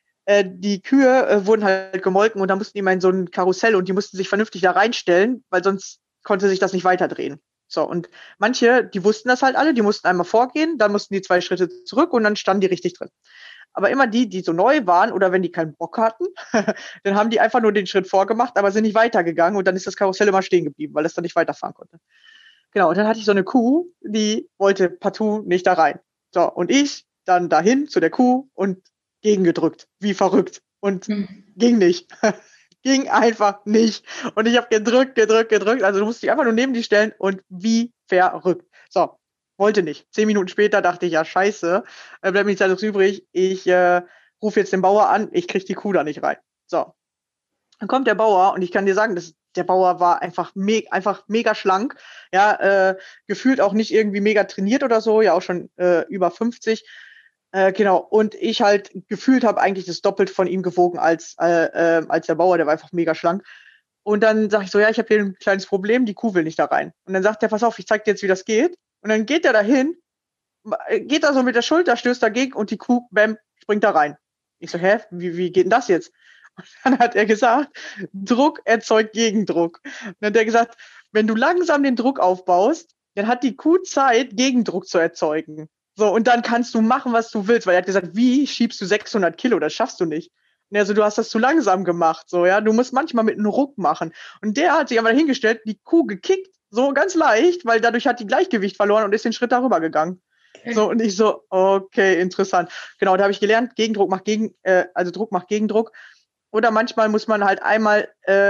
die Kühe wurden halt gemolken und da mussten die mal in so ein Karussell und die mussten sich vernünftig da reinstellen, weil sonst konnte sich das nicht weiterdrehen. So, und manche, die wussten das halt alle, die mussten einmal vorgehen, dann mussten die 2 Schritte zurück und dann standen die richtig drin. Aber immer die so neu waren oder wenn die keinen Bock hatten, dann haben die einfach nur den Schritt vorgemacht, aber sind nicht weitergegangen und dann ist das Karussell immer stehen geblieben, weil es dann nicht weiterfahren konnte. Genau, und dann hatte ich so eine Kuh, die wollte partout nicht da rein. So, und ich dann dahin zu der Kuh und gegengedrückt, wie verrückt. Und ging nicht. Ging einfach nicht. Und ich habe gedrückt. Also du musst dich einfach nur neben die stellen und wie verrückt. So, wollte nicht. 10 Minuten später dachte ich, ja scheiße, bleibt mir nichts anderes übrig. Ich rufe jetzt den Bauer an, ich krieg die Kuh da nicht rein. So, dann kommt der Bauer und ich kann dir sagen, der Bauer war einfach mega schlank. Ja, gefühlt auch nicht irgendwie mega trainiert oder so, ja auch schon über 50. Genau, und ich halt gefühlt habe eigentlich das Doppelte von ihm gewogen als der Bauer, der war einfach mega schlank. Und dann sage ich so, ja, ich habe hier ein kleines Problem, die Kuh will nicht da rein. Und dann sagt er, pass auf, ich zeig dir jetzt, wie das geht. Und dann geht er dahin, geht da so mit der Schulter, stößt dagegen und die Kuh, bäm, springt da rein. Ich so, wie geht denn das jetzt? Und dann hat er gesagt, Druck erzeugt Gegendruck. Und dann hat er gesagt, wenn du langsam den Druck aufbaust, dann hat die Kuh Zeit, Gegendruck zu erzeugen. So, und dann kannst du machen, was du willst, weil er hat gesagt, wie schiebst du 600 Kilo? Das schaffst du nicht. Und er so, du hast das zu langsam gemacht, so, ja, du musst manchmal mit einem Ruck machen. Und der hat sich aber dahingestellt, die Kuh gekickt, so ganz leicht, weil dadurch hat die Gleichgewicht verloren und ist den Schritt darüber gegangen. So, und ich so, okay, interessant. Genau, da habe ich gelernt, Druck macht Gegendruck. Oder manchmal muss man halt einmal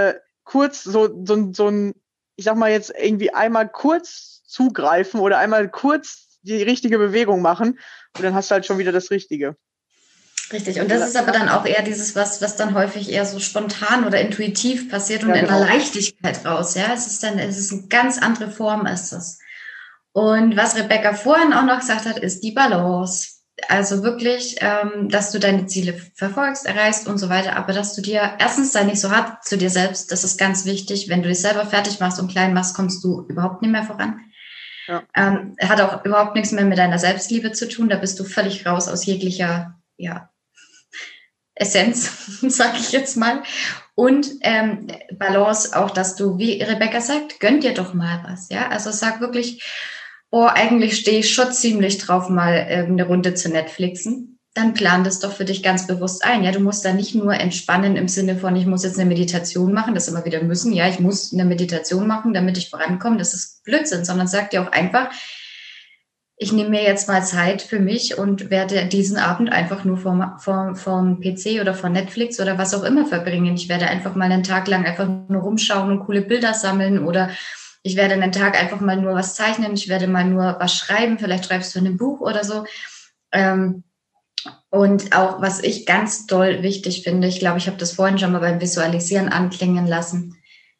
kurz so ein, ich sag mal jetzt irgendwie einmal kurz zugreifen oder einmal kurz die richtige Bewegung machen und dann hast du halt schon wieder das Richtige. Richtig, und das ist aber dann auch eher dieses, was dann häufig eher so spontan oder intuitiv passiert und in einer Leichtigkeit raus, ja. Es ist eine ganz andere Form, ist es. Und was Rebecca vorhin auch noch gesagt hat, ist die Balance. Also wirklich, dass du deine Ziele verfolgst, erreichst und so weiter, aber dass du dir, erstens sei nicht so hart zu dir selbst, das ist ganz wichtig. Wenn du dich selber fertig machst und klein machst, kommst du überhaupt nicht mehr voran. Ja. Hat auch überhaupt nichts mehr mit deiner Selbstliebe zu tun, da bist du völlig raus aus jeglicher, Essenz, sag ich jetzt mal. Und Balance auch, dass du, wie Rebecca sagt, gönn dir doch mal was, ja. Also sag wirklich, eigentlich stehe ich schon ziemlich drauf, mal eine Runde zu Netflixen. Dann plan das doch für dich ganz bewusst ein. Ja, du musst da nicht nur entspannen im Sinne von, ich muss jetzt eine Meditation machen, das immer wieder müssen. Ja, ich muss eine Meditation machen, damit ich vorankomme. Das ist Blödsinn, sondern sag dir auch einfach, ich nehme mir jetzt mal Zeit für mich und werde diesen Abend einfach nur vom PC oder von Netflix oder was auch immer verbringen. Ich werde einfach mal einen Tag lang einfach nur rumschauen und coole Bilder sammeln oder ich werde einen Tag einfach mal nur was zeichnen. Ich werde mal nur was schreiben. Vielleicht schreibst du in einem Buch oder so. Und auch, was ich ganz doll wichtig finde, ich glaube, ich habe das vorhin schon mal beim Visualisieren anklingen lassen.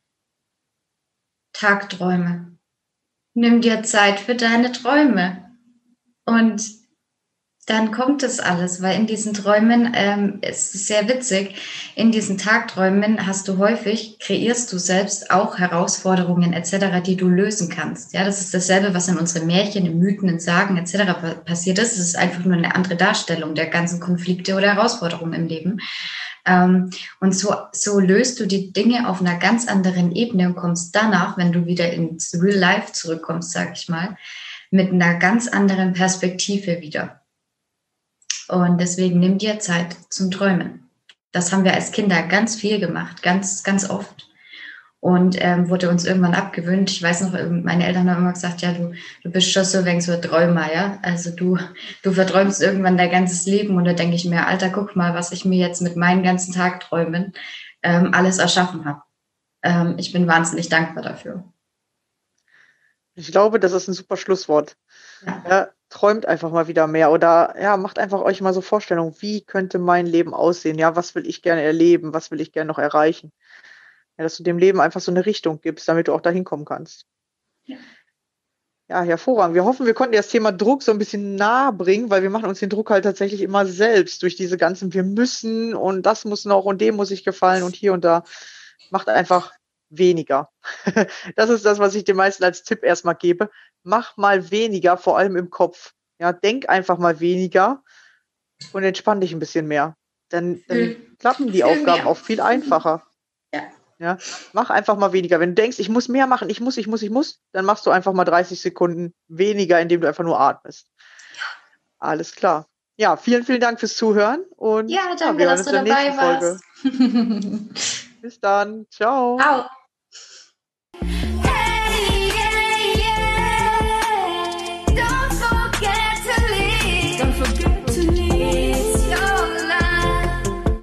Tagträume. Nimm dir Zeit für deine Träume. Und dann kommt es alles, weil in diesen Träumen, es ist sehr witzig, in diesen Tagträumen kreierst du selbst auch Herausforderungen etc., die du lösen kannst. Ja, das ist dasselbe, was in unseren Märchen, in Mythen, in Sagen etc. passiert ist. Es ist einfach nur eine andere Darstellung der ganzen Konflikte oder Herausforderungen im Leben. Und so löst du die Dinge auf einer ganz anderen Ebene und kommst danach, wenn du wieder ins Real Life zurückkommst, sag ich mal, mit einer ganz anderen Perspektive wieder. Und deswegen nimm dir Zeit zum Träumen. Das haben wir als Kinder ganz viel gemacht, ganz, ganz oft. Und wurde uns irgendwann abgewöhnt. Ich weiß noch, meine Eltern haben immer gesagt, ja, du bist schon so ein so ein Träumer, ja. Also du verträumst irgendwann dein ganzes Leben. Und da denke ich mir, Alter, guck mal, was ich mir jetzt mit meinen ganzen Tagträumen alles erschaffen habe. Ich bin wahnsinnig dankbar dafür. Ich glaube, das ist ein super Schlusswort. Ja. Ja, träumt einfach mal wieder mehr oder ja, macht einfach euch mal so Vorstellungen, wie könnte mein Leben aussehen? Ja, was will ich gerne erleben? Was will ich gerne noch erreichen? Ja, dass du dem Leben einfach so eine Richtung gibst, damit du auch dahin kommen kannst. Ja. Ja, hervorragend. Wir hoffen, wir konnten dir das Thema Druck so ein bisschen nahe bringen, weil wir machen uns den Druck halt tatsächlich immer selbst durch diese ganzen wir müssen und das muss noch und dem muss ich gefallen und hier und da. Macht einfach weniger. Das ist das, was ich den meisten als Tipp erstmal gebe. Mach mal weniger, vor allem im Kopf. Ja, denk einfach mal weniger und entspann dich ein bisschen mehr. Dann klappen die Aufgaben mehr. auch viel einfacher. Ja. Ja, mach einfach mal weniger. Wenn du denkst, ich muss mehr machen, ich muss, dann machst du einfach mal 30 Sekunden weniger, indem du einfach nur atmest. Alles klar. Ja, vielen, vielen Dank fürs Zuhören und Ja, danke, wir hören dass uns du in der dabei nächsten Folge. warst. Bis dann. Ciao. Ciao.